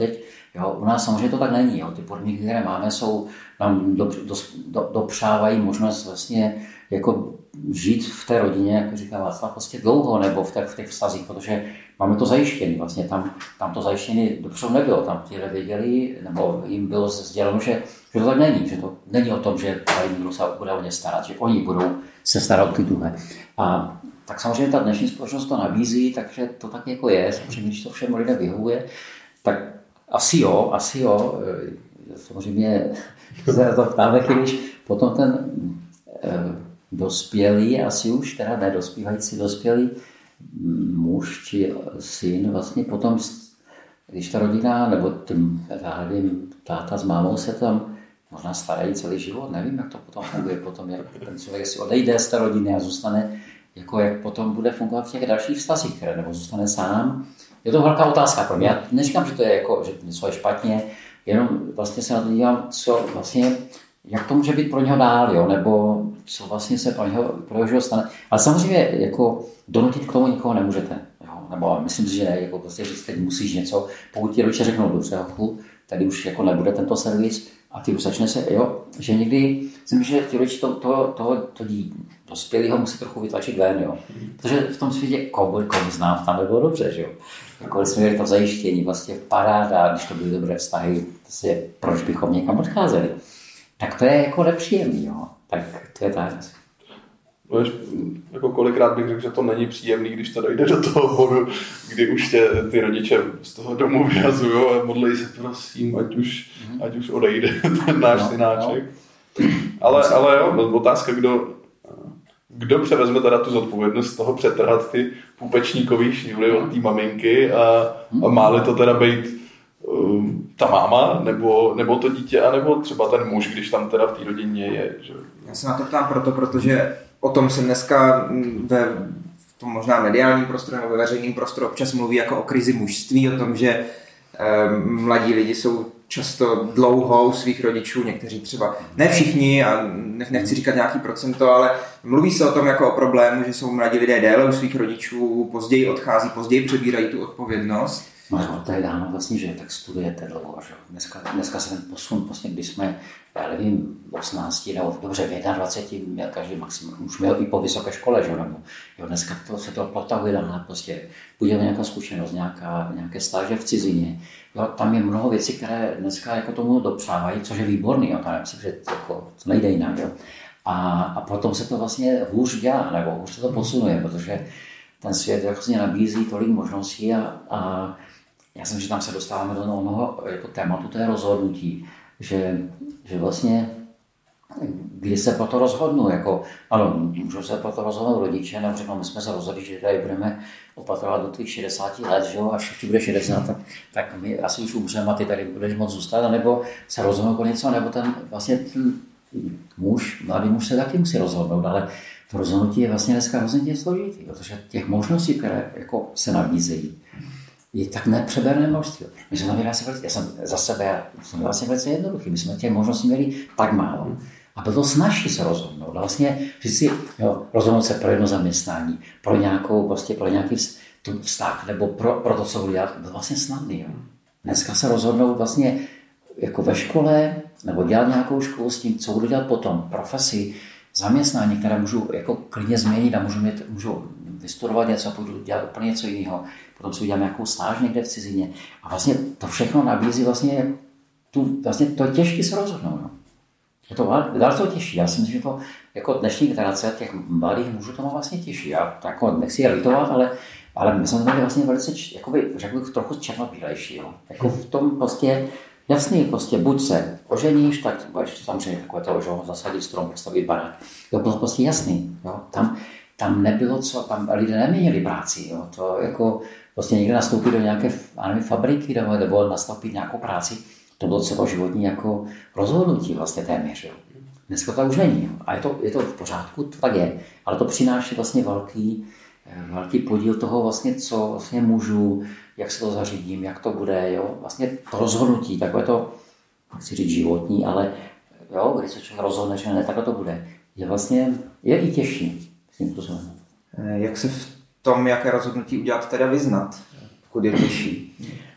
Jo, u nás samozřejmě to tak není. Jo. Ty podmínky, které máme, jsou, nám do, do, do, dopřávají možnost vlastně jako žít v té rodině, jako říká Václav, prostě dlouho, nebo v těch, v těch vztazích, protože máme to zajištěné. Vlastně tam, tam to zajištěné dopředu nebylo. Tam ti lidé věděli, nebo jim bylo sděleno, že, že to tak není. Že to není o tom, že tady někdo se bude o ně starat, že oni budou se starat o ty druhé. A tak samozřejmě ta dnešní společnost to nabízí, takže to tak jako je. Samozřejmě, když to všem lidem vyhovuje, tak asi jo, asi jo. Samozřejmě se to ptáme, když potom ten dospělý, asi už teda nedospívající dospělý muž či syn, vlastně potom, když ta rodina, nebo tím, já nevím, táta s mámou se tam možná starají celý život, nevím, jak to potom funguje, potom jak ten člověk si odejde z té rodiny a zůstane, jako jak potom bude fungovat v těch dalších vztazích, které nebo zůstane sám. Je to velká otázka pro mě. Já neříkám, že to je jako, že něco je špatně, jenom vlastně se na to dívám, co vlastně, jak to může být pro něho dál, jo? Nebo co vlastně se pro něho, pro něho stane. Ale samozřejmě jako donutit k tomu nikoho nemůžete. Jo? Nebo myslím si, že ne, jako prostě říct, teď musíš něco, pokud ti rodiče řeknou, dobře, hochu, tady už jako nebude tento servis a ty už začne se, jo, že někdy, myslím, že ti rodiče to, to, toho, to dospělého musí trochu vytlačit ven, jo. Protože v tom světě, komu, komu znám, tam nebylo dobře, že jo. Jako jsme měli to zajištění, vlastně paráda, když to byly dobré vztahy, vlastně, proč bychom někam odcházeli. Tak to je jako nepříjemný, jo. Tak to je tak. Jako kolikrát bych řekl, že to není příjemný, když to dojde do toho bodu, kdy už tě ty rodiče z toho domu vyhazují a modlej se prosím, ať už, mm. ať už odejde ten náš no, synáček. No. Ale, ale jo, otázka, kdo, kdo převezme teda tu zodpovědnost z toho přetrhat ty půpečníkový šňůry od té maminky a, a má-li to teda být um, ta máma, nebo, nebo to dítě, anebo třeba ten muž, když tam teda v té rodině je. Že? Já se na to ptám proto, protože o tom se dneska ve v tom možná mediálním prostoru nebo ve veřejném prostoru občas mluví jako o krizi mužství, o tom, že e, mladí lidi jsou často dlouho u svých rodičů, někteří třeba, ne všichni, a nechci říkat nějaký procento, ale mluví se o tom jako o problému, že jsou mladí lidé déle u svých rodičů, později odchází, později přebírají tu odpovědnost. No, to je dáno vlastně, že tak studujete dlouho, že dneska, dneska se ten posun, vlastně, když jsme, já nevím, osmnáct nebo dobře, v dvacet jedna měl každý maximum, už měl i po vysoké škole, že nebo jo, dneska to, se to protahuje dále, prostě bude nějaká zkušenost, nějaká, nějaké stáže v cizině, jo, tam je mnoho věcí, které dneska jako tomu dopřávají, což je výborný, jo, tam myslím, že to, jako, to nejde jinak, jo. A, a potom se to vlastně hůř dělá, nebo hůř se to posunuje, protože ten svět vlastně nabízí tolik možností a, a já jsem, že tam se dostáváme do onoho jako tématu té rozhodnutí, že, že vlastně, když se pro to rozhodnu, jako, ano, můžu se pro to rozhodnout rodiče, nebo řeknou, my jsme se rozhodli, že tady budeme opatrovat do tvých šedesáti let, že jo, až ti bude šedesát, tak, tak my asi už umřeme a ty tady budeš moc zůstat, nebo se rozhodnout pro něco, nebo ten vlastně ten muž, mladý muž se taky musí rozhodnout, ale to rozhodnutí je vlastně dneska hrozně složitý, protože těch možností, které jako se nabízejí, je tak nepřeberné množství. My jsme měli asi velice, já jsem za sebe, já jsem vlastně velice jednoduchý, my jsme těch možností měli tak málo. A bylo to snažší se rozhodnout. Vlastně říct si, jo, rozhodnout se pro jedno zaměstnání, pro nějakou, prostě pro nějaký vztah, nebo pro, pro to, co budu dělat, bylo vlastně snadný. Jo. Dneska se rozhodnout vlastně jako ve škole, nebo dělat nějakou školu s tím, co budu dělat potom, profesi, zaměstnání, které můžu jako klidně změnit a můžu, mít, můžu vystudovat něco, budu dělat úplně něco jiného. Potom si udělám nějakou stáž někde v cizině. A vlastně to všechno nabízí vlastně, tu, vlastně to je těžké se rozhodnout. No. Je to dál to těžší. Já si myslím, že to jako dnešní generace těch mladých mužů to má vlastně těžší. Já jako nechci je litovat, ale, ale my jsme tady vlastně velice, jakoby, řekl bych, trochu černobílejší. Jo. Jako v tom prostě jasný, prostě buď se oženíš, tak budeš samozřejmě takové to, že zasadit strom, postavit barák. To bylo prostě jasný. Jo. Tam, tam nebylo co, tam lidé neměnili práci. Jo. To jako vlastně někde nastoupit do nějaké nevím, fabriky nebo, nebo nastoupit nějakou práci, to bylo celoživotní jako rozhodnutí vlastně téměř. Jo. Dneska to už není. Jo. A je to, je to v pořádku, to tak je. Ale to přináší vlastně velký, velký podíl toho vlastně, co vlastně můžu, jak se to zařídím, jak to bude. Jo. Vlastně to rozhodnutí, takové to, chci říct životní, ale jo, když se člověk rozhodne, že ne, takhle to bude, je vlastně, je i těžší. Jak se v tom, jaké rozhodnutí udělat, teda vyznat, pokud je těžší?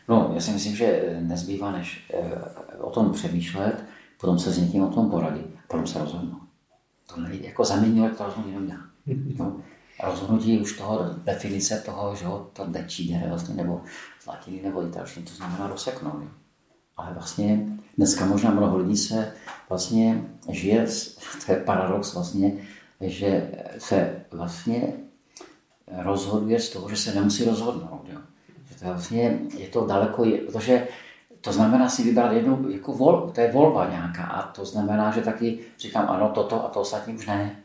No, já si myslím, že nezbývá, než o tom přemýšlet, potom se s někým o tom poradit, potom se rozhodnout. To nejde, jako zaměňovat to rozhodnutí nedá. No, rozhodnutí už toho, definice toho, že jo, to dečíde vlastně, nebo zlatiny, nebo italštiny, to znamená rozseknout. Jo. Ale vlastně dneska možná mnoho lidí se vlastně žije, to je paradox vlastně, že se vlastně rozhoduje z toho, že se nemusí rozhodnout. Jo. Že to je vlastně, je to daleko, protože to znamená si vybrat jednu, jako vol, to je volba nějaká a to znamená, že taky říkám ano, toto a to ostatní už ne.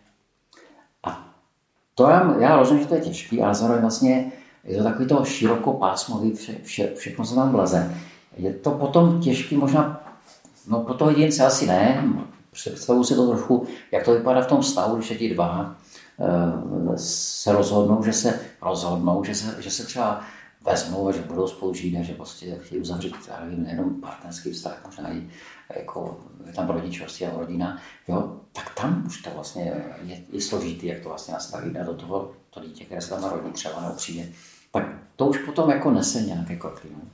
A to já, já rozumím, že to je těžký, ale zároveň vlastně je to takový to širokopásmový, vše, vše, všechno se tam vleze. Je to potom těžký možná, no pro toho jedince asi ne, představuji si to trochu, jak to vypadá v tom stavu, když je ti dva se rozhodnou, že se rozhodnou, že se, že se třeba vezmou a že budou spolu žít a že prostě chtějí uzavřít, já nevím, nejenom partnerský vztah, možná i jako je tam rodičovství a rodina, jo, tak tam už to vlastně je, je složitý, jak to vlastně nastaví a do toho to dítě, které se tam narodí třeba nebo přijde, tak to už potom jako nese nějaké kroky. No.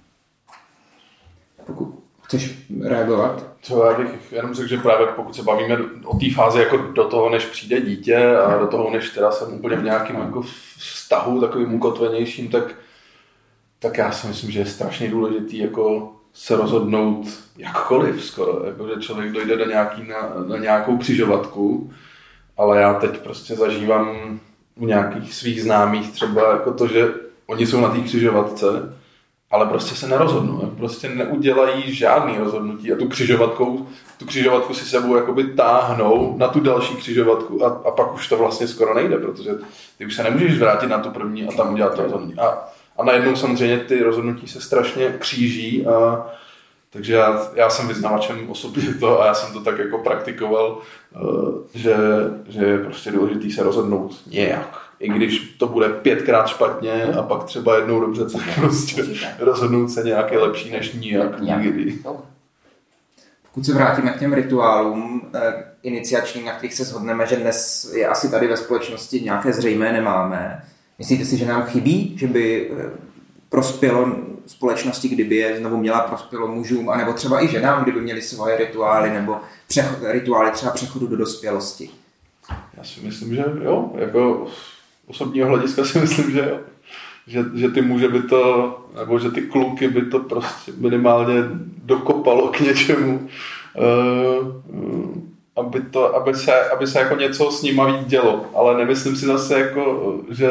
Pokud chceš reagovat? Co já bych jenom řekl, že právě pokud se bavíme o té fázi jako do toho, než přijde dítě a do toho, než teda jsem úplně v nějakém jako vztahu takovým ukotvenějším, tak, tak já si myslím, že je strašně důležitý jako se rozhodnout jakkoliv skoro, jako že člověk dojde do nějaký, na, na nějakou křižovatku, ale já teď prostě zažívám u nějakých svých známých třeba jako to, že oni jsou na té křižovatce, ale prostě se nerozhodnou, prostě neudělají žádný rozhodnutí a tu křižovatkou, tu křižovatku si sebou jakoby táhnou na tu další křižovatku a, a pak už to vlastně skoro nejde, protože ty už se nemůžeš vrátit na tu první a tam udělat to rozhodnutí. A, a najednou samozřejmě ty rozhodnutí se strašně kříží a takže já, já jsem vyznavačem osobně to a já jsem to tak jako praktikoval, že, že je prostě důležitý se rozhodnout nějak. I když to bude pětkrát špatně a pak třeba jednou dobře, tak prostě rozhodnout se nějak je lepší než nijak nikdy. Pokud se vrátíme k těm rituálům eh, iniciačním, na kterých se shodneme, že dnes je asi tady ve společnosti nějaké zřejmé nemáme. Myslíte si, že nám chybí, že by eh, prospělo společnosti, kdyby je znovu měla, prospělo mužům, anebo třeba i ženám, kdyby měli svoje rituály, nebo přechod, rituály třeba přechodu do dospělosti? Já si myslím, že jo, jako osobního hlediska si myslím, že jo. Že, že ty muže by to, nebo že ty kluky by to prostě minimálně dokopalo k něčemu, uh, uh, aby, to, aby, se, aby se jako něco s nima víc dělo. Ale nemyslím si zase jako, že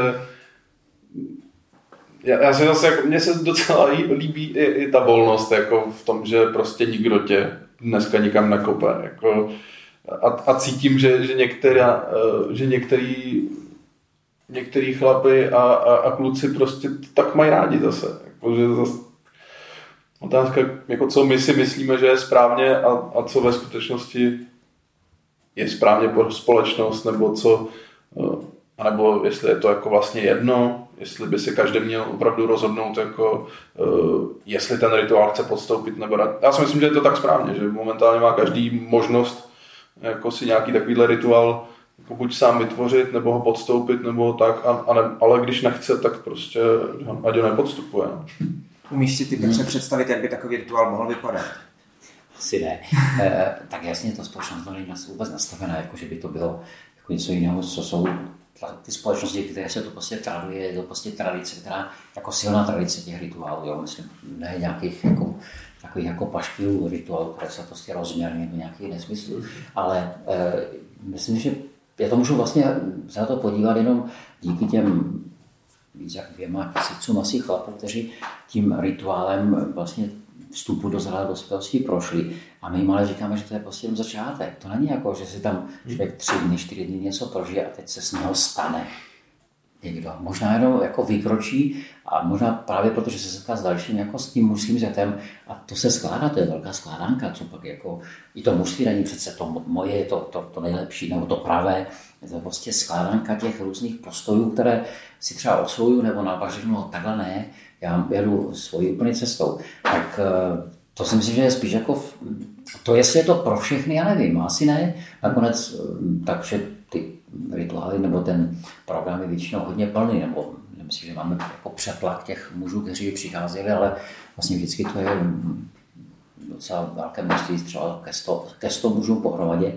já, já si zase, jako, mně se docela líbí i, i ta volnost jako v tom, že prostě nikdo tě dneska nikam nekope. Jako, a, a cítím, že, že, některá, že některý Některý chlapy a, a, a kluci prostě tak mají rádi zase. Jako, že zase otázka, jako co my si myslíme, že je správně a, a co ve skutečnosti je správně pro společnost, nebo co, anebo jestli je to jako vlastně jedno, jestli by se každý měl opravdu rozhodnout, jako, jestli ten rituál chce podstoupit, nebo ne. Já si myslím, že je to tak správně, že momentálně má každý možnost jako si nějaký takovýhle rituál jako buď sám vytvořit, nebo ho podstoupit, nebo tak, a, a ne, ale když nechce, tak prostě ať ho nepodstupuje. Umíš si ty Petře představit, jak by takový rituál mohl vypadat? Asi ne. e, tak jasně to společnost není vůbec nastavená, jako že by to bylo jako něco jiného, co jsou ty společnosti, které se to prostě traduje, je to prostě tradice, která jako silná tradice těch rituálů, jo, myslím, ne nějakých jako takových jako paškvilů rituálů, které se prostě rozměrně do nějakých nesmyslů, ale e, myslím, že já to můžu vlastně se na to podívat jenom díky těm víc jak dvěma tisícům asi chlapů, kteří tím rituálem vlastně vstupu do zralé dospělosti prošli. A my jim ale říkáme, že to je prostě jen začátek. To není jako, že si tam člověk tři dny, čtyři dny něco prožije a teď se z něho stane někdo. Možná jenom jako vykročí a možná právě protože se setká s dalším jako s tím mužským zetem a to se skládá, to je velká skládanka, co pak jako i to mužství není přece to moje, je to, to, to nejlepší nebo to pravé, je to prostě skládanka těch různých postojů, které si třeba osvojuju nebo naopak řeknu, no takhle ne, já jedu svojí úplně cestou. Tak to si myslím, že je spíš jako To, jestli je to pro všechny, já nevím, asi ne. Nakonec, takže ty rituály nebo ten program je většinou hodně plný, nebo myslím, že máme jako přetlak těch mužů, kteří přicházeli, ale vlastně vždycky to je docela velké množství, třeba ke sto, ke sto mužů pohromadě,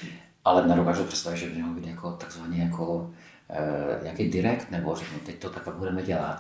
ale nedokážu představit, že by mělo být jako takzvaný jako eh, nějaký direkt, nebo řeknu, teď to takhle budeme dělat.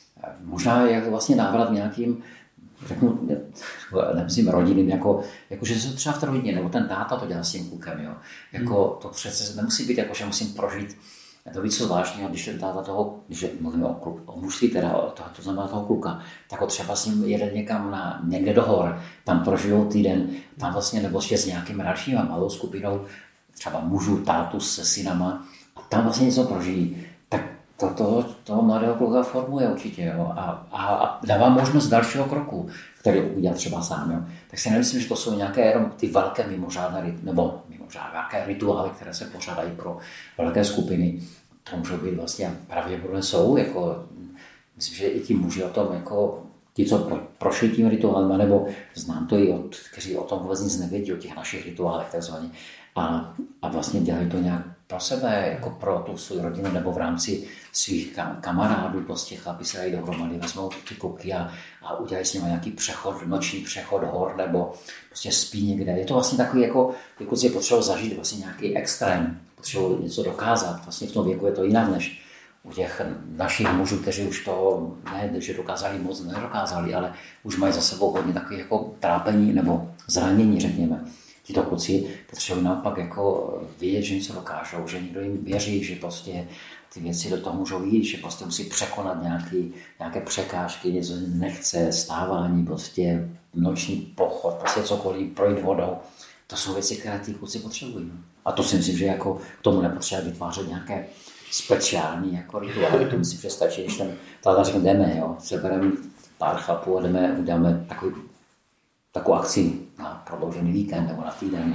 Možná je to vlastně návrat nějakým, řeknu, ne, nemyslím rodinným, jako, jako že se třeba v té rodině, nebo ten táta to dělá s tím klukem, jo. Jako, to přece nemusí být jako, že musím prožít to víc zvláštního, když ten táta toho, když mluvíme o, kluk, o mužství, teda to, to znamená toho kluka, tak ho třeba s ním jede někam na, někde do hor, tam prožijou týden, tam vlastně nebo s nějakým dalším malou skupinou, třeba mužů, tátu se synama, a tam vlastně něco prožijí. Tak to toho, toho mladého kluka formuje určitě, jo, a, a, a dává možnost dalšího kroku, který udělá třeba sám, jo. Tak si nemyslím, že to jsou nějaké jenom ty velké mimořádné, nebo mimořádné velké rituály, které se pořádají pro velké skupiny. To můžou být vlastně, pravděpodobně jsou, jako, myslím, že i ti muži o tom, jako ti, co pro, prošli tím rituálem, nebo znám to i od, kteří o tom vůbec nic nevědí, o těch našich rituálech takzvaně, a, a vlastně dělají to nějak pro sebe, jako pro tu svou rodinu, nebo v rámci svých kam, kamarádů, prostě chlapi se dají dohromady, vezmou ty koky a, a udělají s nimi nějaký přechod, noční přechod hor, nebo prostě spí někde. Je to vlastně takový, jako, jako si potřebují zažít vlastně nějaký extrém, potřebují něco dokázat. Vlastně v tom věku je to jinak, než u těch našich mužů, kteří už to, ne, že dokázali moc, nedokázali, ale už mají za sebou hodně takových jako trápení nebo zranění, řekněme. Tito kluci potřebují naopak jako vědět, že něco dokážou, že někdo jim věří, že prostě ty věci do toho můžou jít, že prostě musí překonat nějaký, nějaké překážky, něco nechce, stávání, prostě noční pochod, prostě cokoliv, projít vodou. To jsou věci, které ty kluci potřebují. A to si myslím, že jako k tomu nepotřebuje vytvářet nějaké speciální jako rituály. To myslím, že stačí, když ten táta řekne, jdeme, jo, sebereme pár chlapů a jdeme, uděláme takový, takovou akci na prodloužený víkend nebo na týden.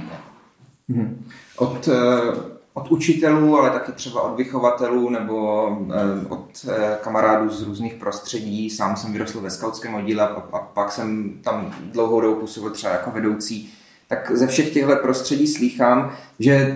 Hmm. Od, od učitelů, ale taky třeba od vychovatelů nebo od kamarádů z různých prostředí. Sám jsem vyrostl ve skautském oddíle a pak jsem tam dlouhou dobu působil třeba jako vedoucí. Tak ze všech těchto prostředí slýchám, že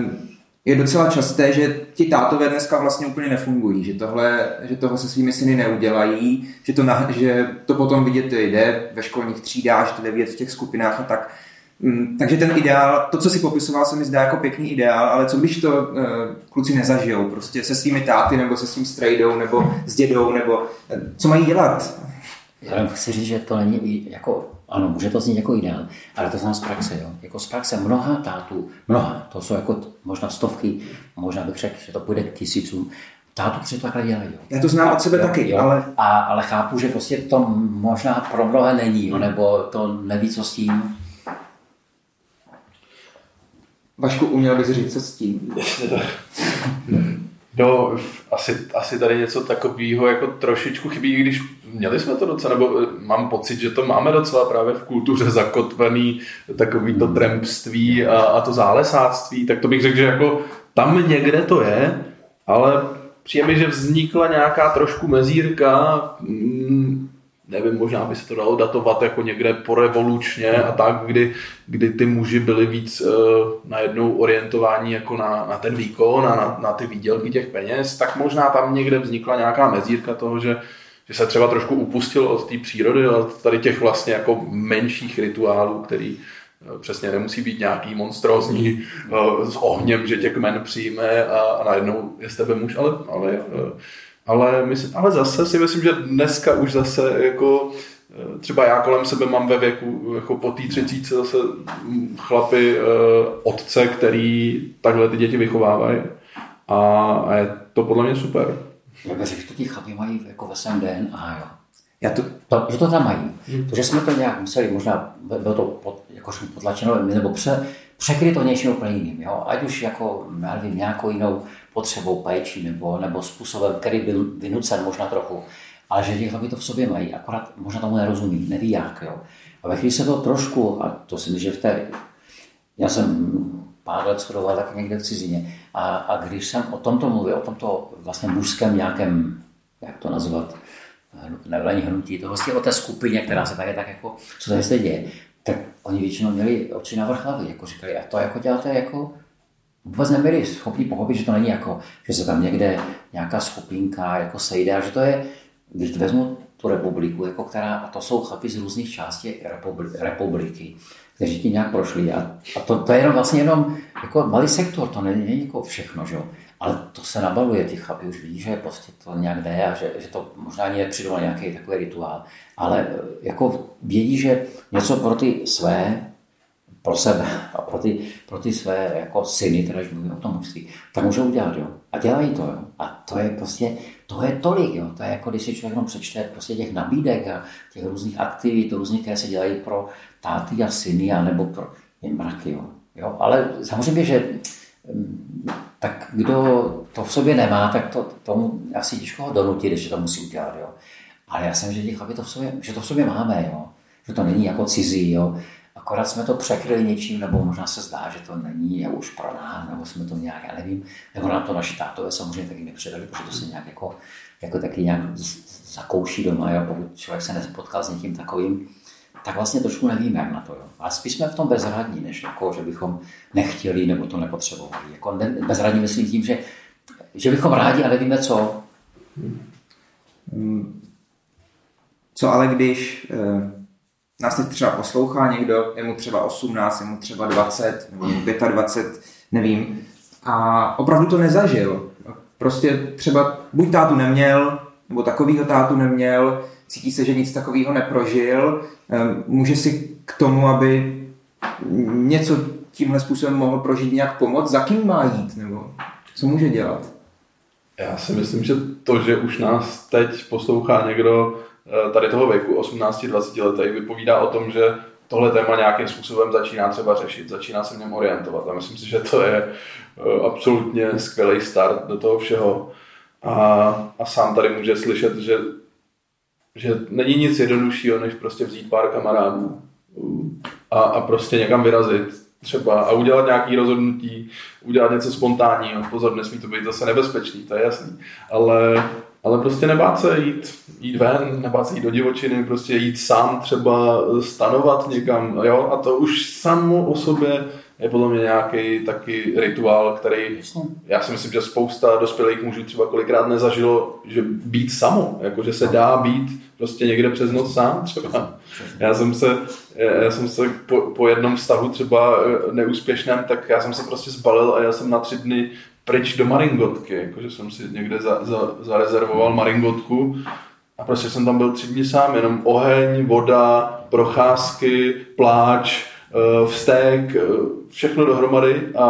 je docela časté, že ti tátové dneska vlastně úplně nefungují, že, tohle, že toho se svými syny neudělají, že to, na, že to potom vidět jde ve školních třídách, že to jde vidět v těch skupinách a tak. Takže ten ideál, to, co si popisoval, se mi zdá jako pěkný ideál, ale co když to uh, kluci nezažijou, prostě se svými táty, nebo se svým strejdou, nebo s dědou, nebo co mají dělat? Já chci říct, že to není jako, ano, může to znít jako ideál, ale to znám z praxe, jo. Jako z praxe mnoha tátů, mnoha, to jsou jako možná stovky, možná bych řekl, že to půjde k tisícům, tátů, kteří to takhle dělají, jo. Já to znám od sebe jo, taky, jo. ale... A, ale chápu, že prostě to možná pro mnohé není, jo, nebo to neví, co s tím. Vašku, uměl bys říct, co s tím? No, asi, asi tady něco takového jako trošičku chybí, když měli jsme to docela, nebo mám pocit, že to máme docela právě v kultuře zakotvený takový to trampství a, a to zálesáctví, tak to bych řekl, že jako tam někde to je, ale přijde mi, že vznikla nějaká trošku mezírka, mm, nevím, možná by se to dalo datovat jako někde porevolučně a tak, kdy, kdy ty muži byli víc uh, najednou orientováni jako na, na ten výkon a na, na ty výdělky těch peněz, tak možná tam někde vznikla nějaká mezírka toho, že, že se třeba trošku upustil od té přírody a tady těch vlastně jako menších rituálů, který uh, přesně nemusí být nějaký monstrózní uh, s ohněm, že tě kmen přijme a, a najednou je s tebe muž, ale, ale uh, Ale, myslím, ale zase si myslím, že dneska už zase jako třeba já kolem sebe mám ve věku jako po té třicítce zase chlapy otce, který takhle ty děti vychovávají a, a je to podle mě super. Já bych řekl, že to ti chlapi mají jako ve svém D N A, jo. Já to... To, že to tam mají. Hmm. To, že jsme to nějak museli, možná bylo to pod, jako potlačeno, nebo pře, překryt to něčím úplně jiným, jo. Ať už jako, já nevím, nějakou jinou potřebou péči, nebo, nebo způsobem, který byl vynucen možná trochu, ale že ti chlapi to v sobě mají, akorát možná tomu nerozumí, neví jak, jo. A když se to trošku, a to si myslím, že v té, já jsem pár let studoval taky někde v cizině, a, a když jsem o tomto mluvil, o tomto vlastně mužském nějakém, jak to nazvat, nevlení hnutí, to vlastně o té skupině, která se také tak jako, co tady se děje, tak oni většinou měli oči na vrch hlavy, jako říkali, a to jako děláte jako vůbec nebyli schopni pochopit, že to není jako, že se tam někde nějaká skupinka jako sejde a že to je, když vezmu tu republiku, jako která, a to jsou chlapi z různých částí republiky, republiky kteří tím nějak prošli a, a to, to je jenom vlastně jenom jako malý sektor, to není, není jako všechno, že jo? Ale to se nabaluje, ty chlapi už vidí, že prostě to nějak jde a že, že to možná ani nepřijde na nějaký takový rituál, ale jako vědí, že něco pro ty své, pro sebe a pro ty, pro ty své jako syny, teda když mluvím o tom mužství, tak můžou udělat, jo. A dělají to, jo. A to je prostě, to je tolik, jo. To je jako, když si člověk jenom přečte prostě těch nabídek a těch různých aktivit, různých, které se dělají pro táty a syny, anebo pro jen mraky, jo. jo. Ale samozřejmě, že tak kdo to v sobě nemá, tak to, tomu asi těžko ho donutit, že to musí udělat, jo. Ale já jsem, že těch chlapi to v sobě, že to v sobě máme, jo. Že to není jako cizí, jo. Akorát jsme to překryli něčím, nebo možná se zdá, že to není už pro nás, nebo jsme to nějak, já nevím, nebo nám to naši tátové samozřejmě taky nepředali, protože to se nějak jako, jako taky nějak zakouší doma, jo, pokud člověk se nepotkal s někým takovým, tak vlastně trošku nevíme, jak na to. Jo. Ale spíš jsme v tom bezradní, než jako, že bychom nechtěli nebo to nepotřebovali. Jako ne, bezradní myslím tím, že, že bychom rádi, ale nevíme co. Co ale když eh, nás teď třeba poslouchá někdo, je mu třeba osmnáct, je mu třeba dvacet, nebo dvacet pět, nevím, a opravdu to nezažil. Prostě třeba buď tátu neměl, nebo takovýho tátu neměl, cítí se, že nic takového neprožil, může si k tomu, aby něco tímhle způsobem mohl prožít, nějak pomoct, za kým má jít, nebo co může dělat? Já si myslím, že to, že už nás teď poslouchá někdo tady toho věku, osmnáct dvacet letý, vypovídá o tom, že tohle téma nějakým způsobem začíná třeba řešit, začíná se v něm orientovat. A myslím si, že to je absolutně skvělý start do toho všeho. A, a sám tady může slyšet, že, že není nic jednoduššího, než prostě vzít pár kamarádů a, a prostě někam vyrazit třeba a udělat nějaké rozhodnutí, udělat něco spontánního. Pozor, nesmí to být zase nebezpečný, to je jasný. Ale, ale prostě nebát se jít, jít ven, nebát se jít do divočiny, prostě jít sám třeba stanovat někam. Jo? A to už samo o sobě je podle mě nějaký taky rituál, který já si myslím, že spousta dospělých mužů třeba kolikrát nezažilo, že být samo, jako že se dá být prostě někde přes noc sám třeba. Já jsem se, já jsem se po, po jednom vztahu třeba neúspěšném, tak já jsem se prostě zbalil a já jsem na tři dny pryč do Maringotky, jakože jsem si někde za, za, zarezervoval Maringotku a prostě jsem tam byl tři dny sám, jenom oheň, voda, procházky, pláč, vztek, všechno dohromady, a,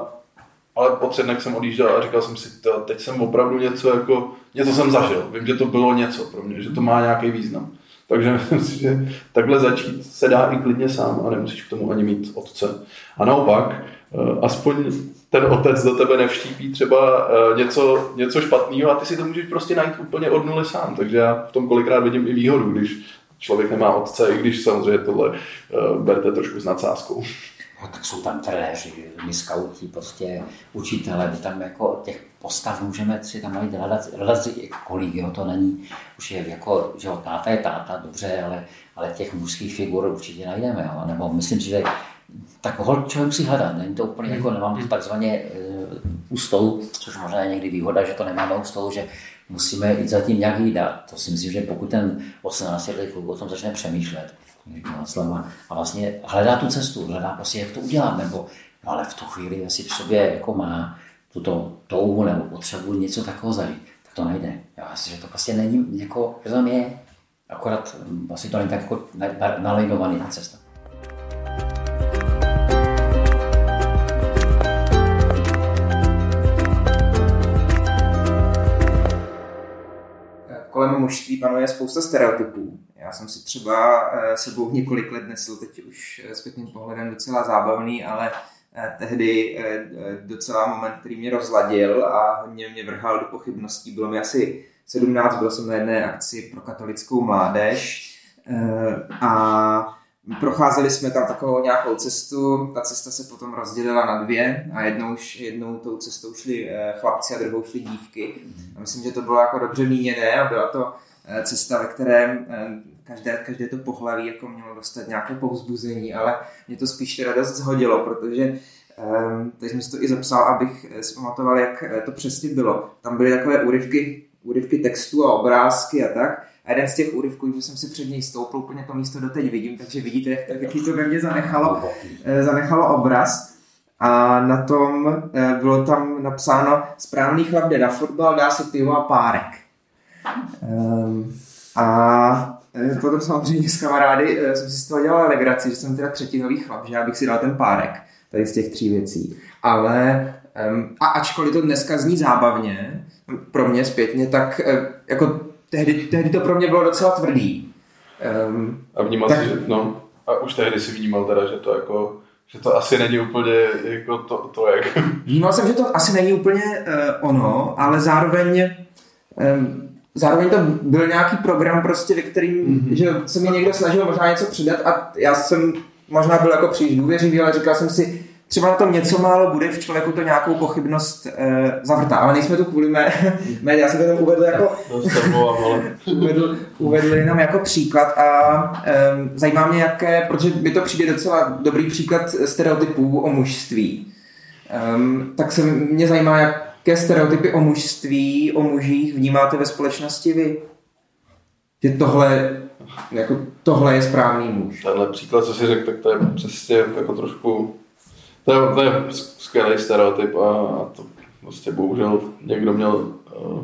ale po tři dnech jsem odjížděl a říkal jsem si, to, teď jsem opravdu něco jako, něco jsem zažil, vím, že to bylo něco pro mě, že to má nějaký význam. Takže myslím si, že takhle začít se dá i klidně sám a nemusíš k tomu ani mít otce. A naopak, aspoň ten otec do tebe nevštípí třeba něco, něco špatného a ty si to můžeš prostě najít úplně od nuly sám. Takže já v tom kolikrát vidím i výhodu, když člověk nemá otce, i když samozřejmě tohle uh, berte trošku s nadsázkou. No, tak jsou tam trenéři, my skauti, prostě učitelé, tam jako těch postav můžeme si tam najít hledat kolik, jo, to není, už je jako, že jo, táta je táta, dobře, ale, ale těch mužských figur určitě najdeme, jo, nebo myslím si, že tak hol člověk musí hledat, není to úplně jako, nemám to takzvaně uh, u stolu, což možná je někdy výhoda, že to nemáme u stolu, že musíme jít zatím nějak jídat. To si myslím, že pokud ten osmnáctiletý kluk o tom začne přemýšlet a vlastně hledá tu cestu, hledá prostě, jak to udělat, nebo no ale v tu chvíli, jestli v sobě jako má tuto touhu nebo potřebu něco takového zažít, tak to najde. Já myslím, že to prostě není jako, že tam je, akorát vlastně to není tak jako nalejnovaný na cesta. Kolem mužství panuje spousta stereotypů. Já jsem si třeba sebou několik let nesl, teď už zpětným pohledem docela zábavný, ale tehdy docela moment, který mě rozladil a hodně mě vrhal do pochybností. Bylo mi asi sedmnáct, byl jsem na jedné akci pro katolickou mládež a procházeli jsme tam takovou nějakou cestu, ta cesta se potom rozdělila na dvě a jednou, jednou tou cestou šli chlapci a druhou šli dívky. A myslím, že to bylo jako dobře míněné a byla to cesta, ve které každé, každé to pohlaví jako mělo dostat nějaké povzbuzení, ale mě to spíš teda dost zhodilo, protože teď jsem si to i zapsal, abych si pamatoval, jak to přesně bylo. Tam byly takové úryvky, úryvky textu a obrázky a tak. A jeden z těch úryvků, že jsem si před něj stoupl, úplně to místo doteď vidím, takže vidíte, jak, jaký to ve mně zanechalo, zanechalo obraz. A na tom bylo tam napsáno: správný chlap jde na fotbal, dá si pivo a párek. Um, a potom samozřejmě s kamarády jsem si z toho dělal legraci, že jsem teda třetinový chlap, že já bych si dal ten párek, tady z těch tří věcí. Ale um, a ačkoliv to dneska zní zábavně, pro mě zpětně, tak jako tehdy, tehdy to pro mě bylo docela tvrdý. Um, a vnímal tak, si, že, no, a už tehdy si vnímal teda, že to jako, že to asi není úplně jako to, to jak. Vnímal jsem, že to asi není úplně uh, ono, ale zároveň um, zároveň to byl nějaký program prostě, ve kterým, mm-hmm. že se mi někdo snažil možná něco přidat a já jsem možná byl jako příliš důvěřivý, ale říkal jsem si, třeba na tom něco málo bude, v člověku to nějakou pochybnost e, zavrtá, ale nejsme tu kvůli mé, mé já jsem to tam uvedl jako uvedl, uvedl jenom jako příklad a e, zajímá mě, jaké, protože mi to přijde docela dobrý příklad stereotypů o mužství. E, tak se mě zajímá, jaké stereotypy o mužství, o mužích vnímáte ve společnosti vy? Že tohle, jako tohle je správný muž. Tenhle příklad, co jsi řekl, tak to je přesně jako trošku To je, to je skvělý stereotyp a to prostě bohužel někdo měl uh,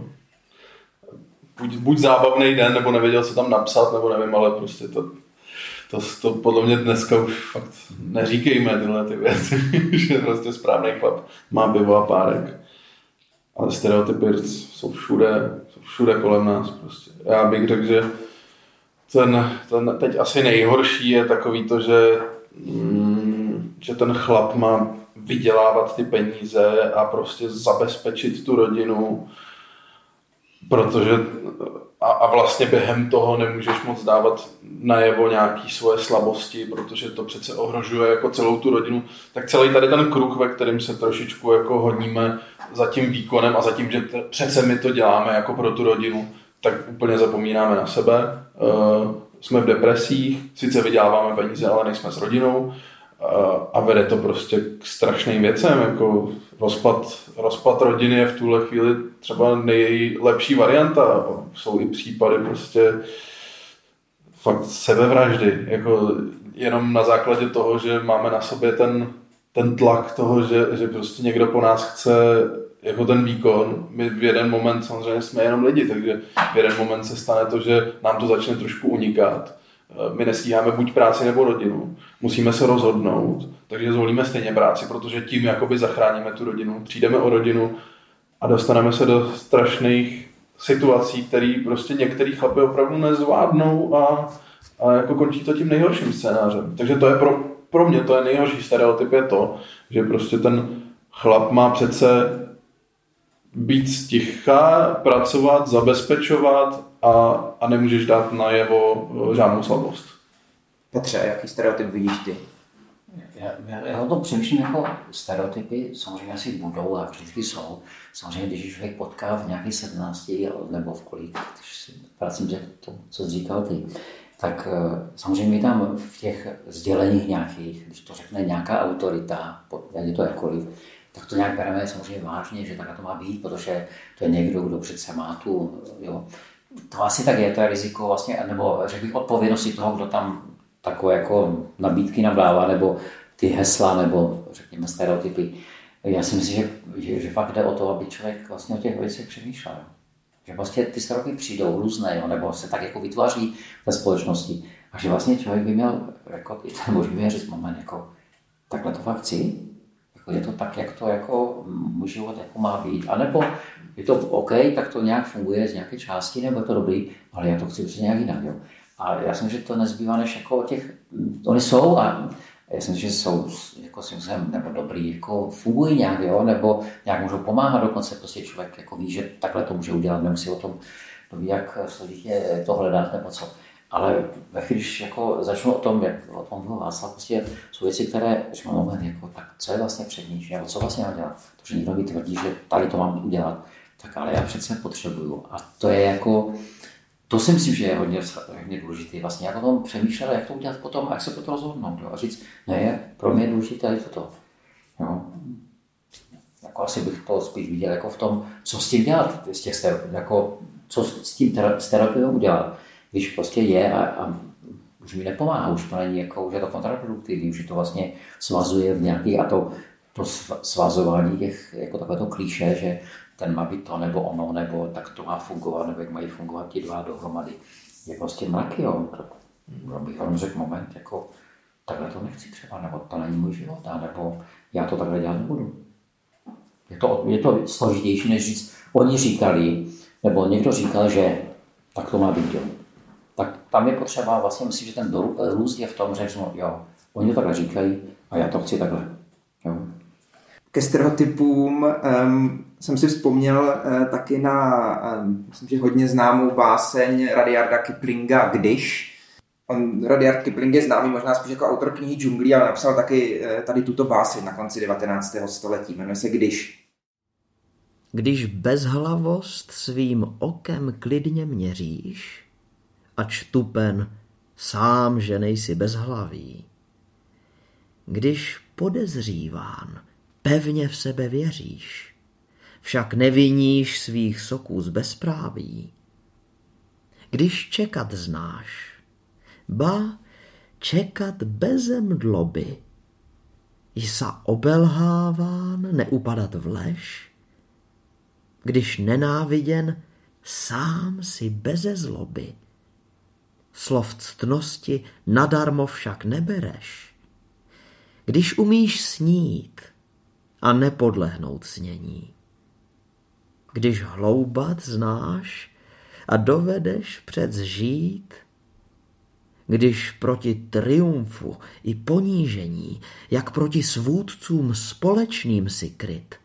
buď, buď zábavný den, nebo nevěděl, co tam napsat, nebo nevím, ale prostě to, to, to podle mě dneska už fakt neříkejme tyhle ty věci, že prostě správný chlap má pivo a párek. Ale stereotypy jsou všude, jsou všude kolem nás prostě. Já bych řekl, že ten, ten teď asi nejhorší je takový to, že mm, že ten chlap má vydělávat ty peníze a prostě zabezpečit tu rodinu, protože a, a vlastně během toho nemůžeš moc dávat najevo nějaký svoje slabosti, protože to přece ohrožuje jako celou tu rodinu. Tak celý tady ten kruh, ve kterém se trošičku jako hodíme za tím výkonem a za tím, že t- přece my to děláme jako pro tu rodinu, tak úplně zapomínáme na sebe. Uh, jsme v depresích, sice vyděláváme peníze, ale nejsme s rodinou. A vede to prostě k strašným věcem, jako rozpad, rozpad rodiny je v tuhle chvíli třeba nejlepší varianta. Jsou i případy prostě fakt sebevraždy, jako jenom na základě toho, že máme na sobě ten, ten tlak toho, že, že prostě někdo po nás chce jako ten výkon. My v jeden moment, samozřejmě jsme jenom lidi, takže v jeden moment se stane to, že nám to začne trošku unikat. My nestíháme buď práci nebo rodinu, musíme se rozhodnout, takže zvolíme stejně práci, protože tím jakoby zachráníme tu rodinu, přijdeme o rodinu a dostaneme se do strašných situací, které prostě některý chlapy opravdu nezvládnou a, a jako končí to tím nejhorším scénářem. Takže to je pro, pro mě to je nejhorší stereotyp je to, že prostě ten chlap má přece být sticha, pracovat, zabezpečovat a, a nemůžeš dát najevo žádnou slabost. Petře, jaký stereotyp vidíš ty? Já, já, já o tom přemýšlím jako stereotypy, samozřejmě asi budou a vždycky jsou. Samozřejmě, když člověk potká v nějakých sedmnácti nebo v kolik, když si vracím že to, co jsi říkal ty, tak samozřejmě tam v těch sděleních nějakých, když to řekne nějaká autorita, ať je to jakkoliv, tak to nějak bereme samozřejmě vážně, že takhle to má být, protože to je někdo, kdo přece má tu, jo. To asi tak je, to je riziko vlastně, nebo řekl bych odpovědnosti toho, kdo tam takové jako nabídky nabdává, nebo ty hesla, nebo řekněme stereotypy. Já si myslím, že, že, že fakt jde o to, aby člověk vlastně o těch věcech přemýšlel. Že vlastně ty stereotypy přijdou různé, jo, nebo se tak jako vytváří ve společnosti. A že vlastně člověk by měl jako, ten můj věřit moment, jako takhle to fakt chci. Je to tak, jak to jako můj život jako má být. A nebo je to OK, tak to nějak funguje z nějaké části, nebo je to dobrý, ale já to chci prostě nějak jinak. Jo. A já jsem, že to nezbývá než jako těch, oni jsou a já jsem, že jsou jako jsem, nebo dobrý, jako fungují nějak, jo, nebo nějak můžou pomáhat, dokonce prostě člověk jako ví, že takhle to může udělat, nemusí o tom, to ví, jak složitě to hledat nebo co. Ale když jako začnu o tom, jak o tom byl Václav, prostě jsou věci, které, když mám moment, jako, tak co je vlastně přednější, nebo co vlastně mám dělat? Protože někdo mi tvrdí, že tady to mám udělat, tak ale já přece potřebuju. A to je jako, To si myslím, že je hodně, hodně důležité. Vlastně jak o tom přemýšlet, jak to udělat potom, jak se potom rozhodnout. Jo? A říct, ne, pro mě je důležité je toto. Jo? Jako asi bych to spíš viděl jako v tom, co s tím dělat, z těch stereotypů, jako co s tím stereotypem udělat. Když prostě je a, a už mi nepomáhá, už to není jako, už je to kontraproduktivní, už to vlastně svazuje v nějaký, a to, to svazování těch, jako takové to klíše, že ten má být to nebo ono, nebo tak to má fungovat, nebo jak mají fungovat ti dva dohromady. Je prostě mraky, jo. To bych vám řekl moment, jako takhle to nechci třeba, nebo to není můj život, nebo já to takhle dělat nebudu. Je to, je to složitější, než říct, oni říkali, nebo někdo říkal, že tak to má být, jo. Tak tam je potřeba, vlastně myslím, že ten růst je v tom, že řeknu, jo, oni to takhle říkají a já to chci takhle, jo. Ke stereotypům um, jsem si vzpomněl uh, taky na, um, myslím, že hodně známou báseň Rudyarda Kiplinga Když. On, Rudyard Kipling je známý možná spíš jako autor knihy Džunglí, ale napsal taky uh, tady tuto báseň na konci devatenáctého století. Jmenuje se Když. Když bezhlavost svým okem klidně měříš, ač tupen sám, že nejsi bezhlavý. Když podezříván pevně v sebe věříš, však neviníš svých soků z bezpráví. Když čekat znáš, ba čekat bezem dloby, jsa obelháván neupadat v lež, když nenáviděn sám si beze zloby, slov ctnosti nadarmo však nebereš, když umíš snít a nepodlehnout snění, když hloubat znáš a dovedeš předzžít, když proti triumfu i ponížení, jak proti svůdcům společným si kryt,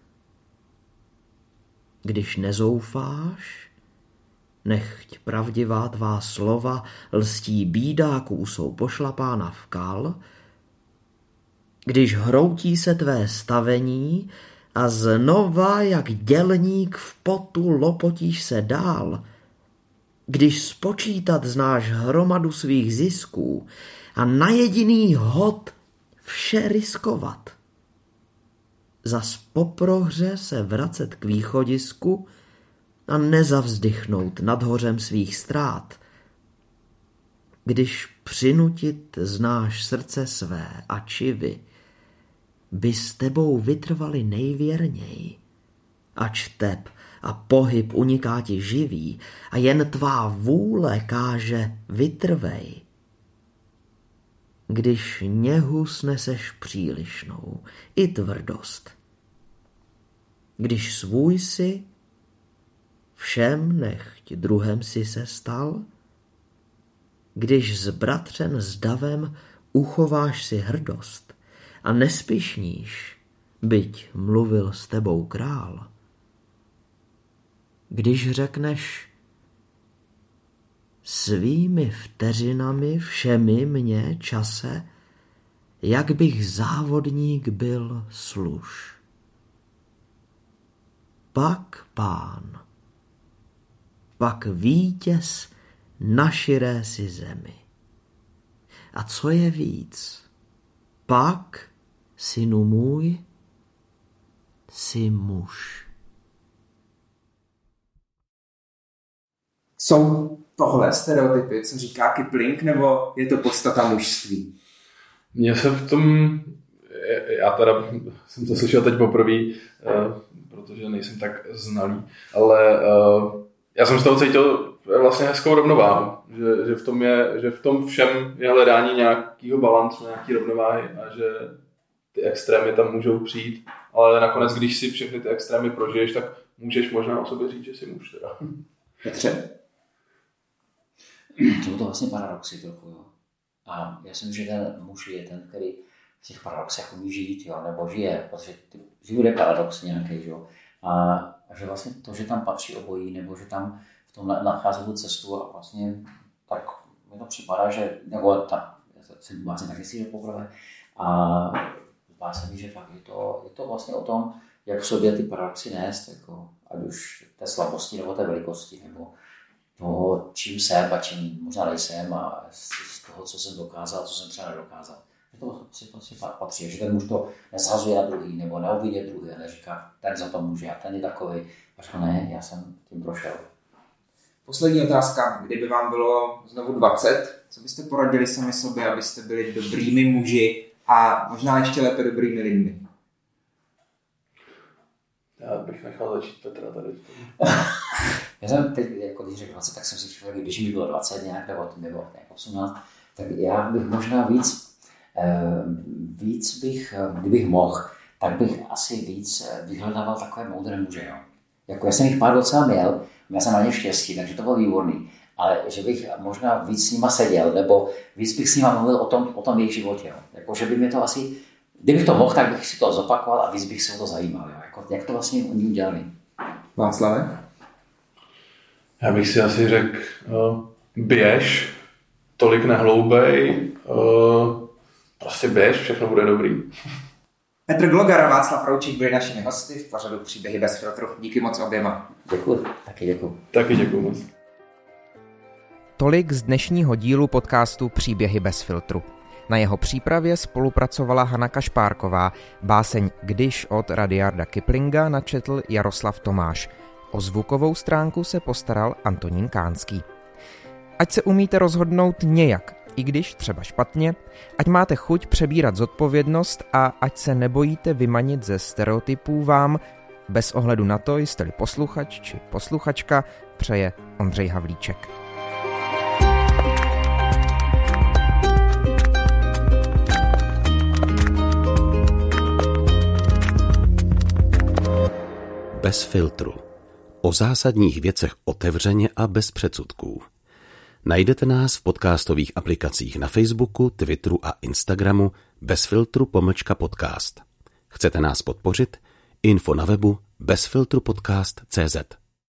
když nezoufáš, nechť pravdivá tvá slova lstí bídáků jsou pošlapána v kal, když hroutí se tvé stavení a znova jak dělník v potu lopotíš se dál, když spočítat znáš hromadu svých zisků a na jediný hod vše riskovat, zas po prohře se vracet k východisku a nezavzdychnout nad hořem svých ztrát, když přinutit znáš srdce své a čivy, by s tebou vytrvali nejvěrněji, ač teb a pohyb uniká ti živý a jen tvá vůle káže vytrvej. Když něhu sneseš přílišnou i tvrdost, když svůj si všem nechť druhem si se stal, když s bratřem s davem uchováš si hrdost a nespišníš, byť mluvil s tebou král. Když řekneš svými vteřinami všemi mě čase, jak bych závodník byl služ. Pak pán, pak vítěz na širé si zemi. A co je víc, pak, synu můj, jsi muž. Jsou tohle stereotypy, co říká Kipling, nebo je to podstata mužství? Mně se v tom, já teda jsem to slyšel teď poprvé, protože nejsem tak znalý, ale já jsem z toho cítil vlastně hezkou rovnováhu, že, že, v tom je, že v tom všem je hledání nějakého balancu, nějaký rovnováhy a že ty extrémy tam můžou přijít, ale nakonec, když si všechny ty extrémy prožiješ, tak můžeš možná o sobě říct, že jsi muž teda. Petře? Jsou to vlastně paradoxy trochu, jo. A já si myslím, že ten muž je ten, který v těch paradoxech umí žít, jo, nebo žije, protože život je paradox nějaký, jo. A, a že vlastně to, že tam patří obojí, nebo že tam v tom nachází tu cestu a vlastně tak mi to připadá, že, nebo ta, já jsem vlastně taky si poprvé a zdá se mi, že tak je to, je to vlastně o tom, jak v sobě ty paradoxy nést, jako, ať už té slabosti, nebo té velikosti, nebo toho, čím jsem a čím možná nejsem a z toho, co jsem dokázal, co jsem třeba nedokázal. To si prostě patří, že ten muž to nezhazuje na druhý, nebo neuvidí druhý, a neříká, ten za to může a ten je takový. A říká, ne, já jsem tím prošel. Poslední otázka, kdyby vám bylo znovu dvacet, co byste poradili sami sobě, abyste byli dobrými muži a možná ještě lépe dobrými lidmi? Já bych nechal začít Petra tady. Já jsem teď, jako když řekl dvacet, tak jsem si přišel, když mi bylo dvacet nějak, nebo, nebo osmnáct, tak já bych možná víc, víc bych, kdybych mohl, tak bych asi víc vyhledával takové moudré muže. Jo. Jako já jsem jich pár docela měl, měl jsem na ně štěstí, takže to bylo výborný, ale že bych možná víc s nima seděl, nebo víc bych s nima mluvil o tom, o tom jejich životě. Jo. Jako, že by mě to asi, kdybych to mohl, tak bych si to zopakoval a víc bych se o to zajímal. Jo. Jako, jak to vlastně oni udělali. Václave? Já bych si asi řekl, uh, běž, tolik nehloubej, uh, prostě běž, všechno bude dobrý. Petr Glogar a Václav Roučík byli našimi hosty v pořadu Příběhy bez filtru. Díky moc oběma. Děkuji, taky děkuji. Taky děkuji moc. Tolik z dnešního dílu podcastu Příběhy bez filtru. Na jeho přípravě spolupracovala Hana Kašpárková, báseň Když od Rudyarda Kiplinga načetl Jaroslav Tomáš. O zvukovou stránku se postaral Antonín Kánský. Ať se umíte rozhodnout nějak, i když třeba špatně, ať máte chuť přebírat zodpovědnost a ať se nebojíte vymanit ze stereotypů vám, bez ohledu na to, jste-li posluchač či posluchačka, přeje Ondřej Havlíček. Bez filtru. O zásadních věcech otevřeně a bez předsudků. Najdete nás v podcastových aplikacích na Facebooku, Twitteru a Instagramu bez filtru pomlčka podcast. Chcete nás podpořit? Info na webu bezfiltrupodcast tečka cé zet.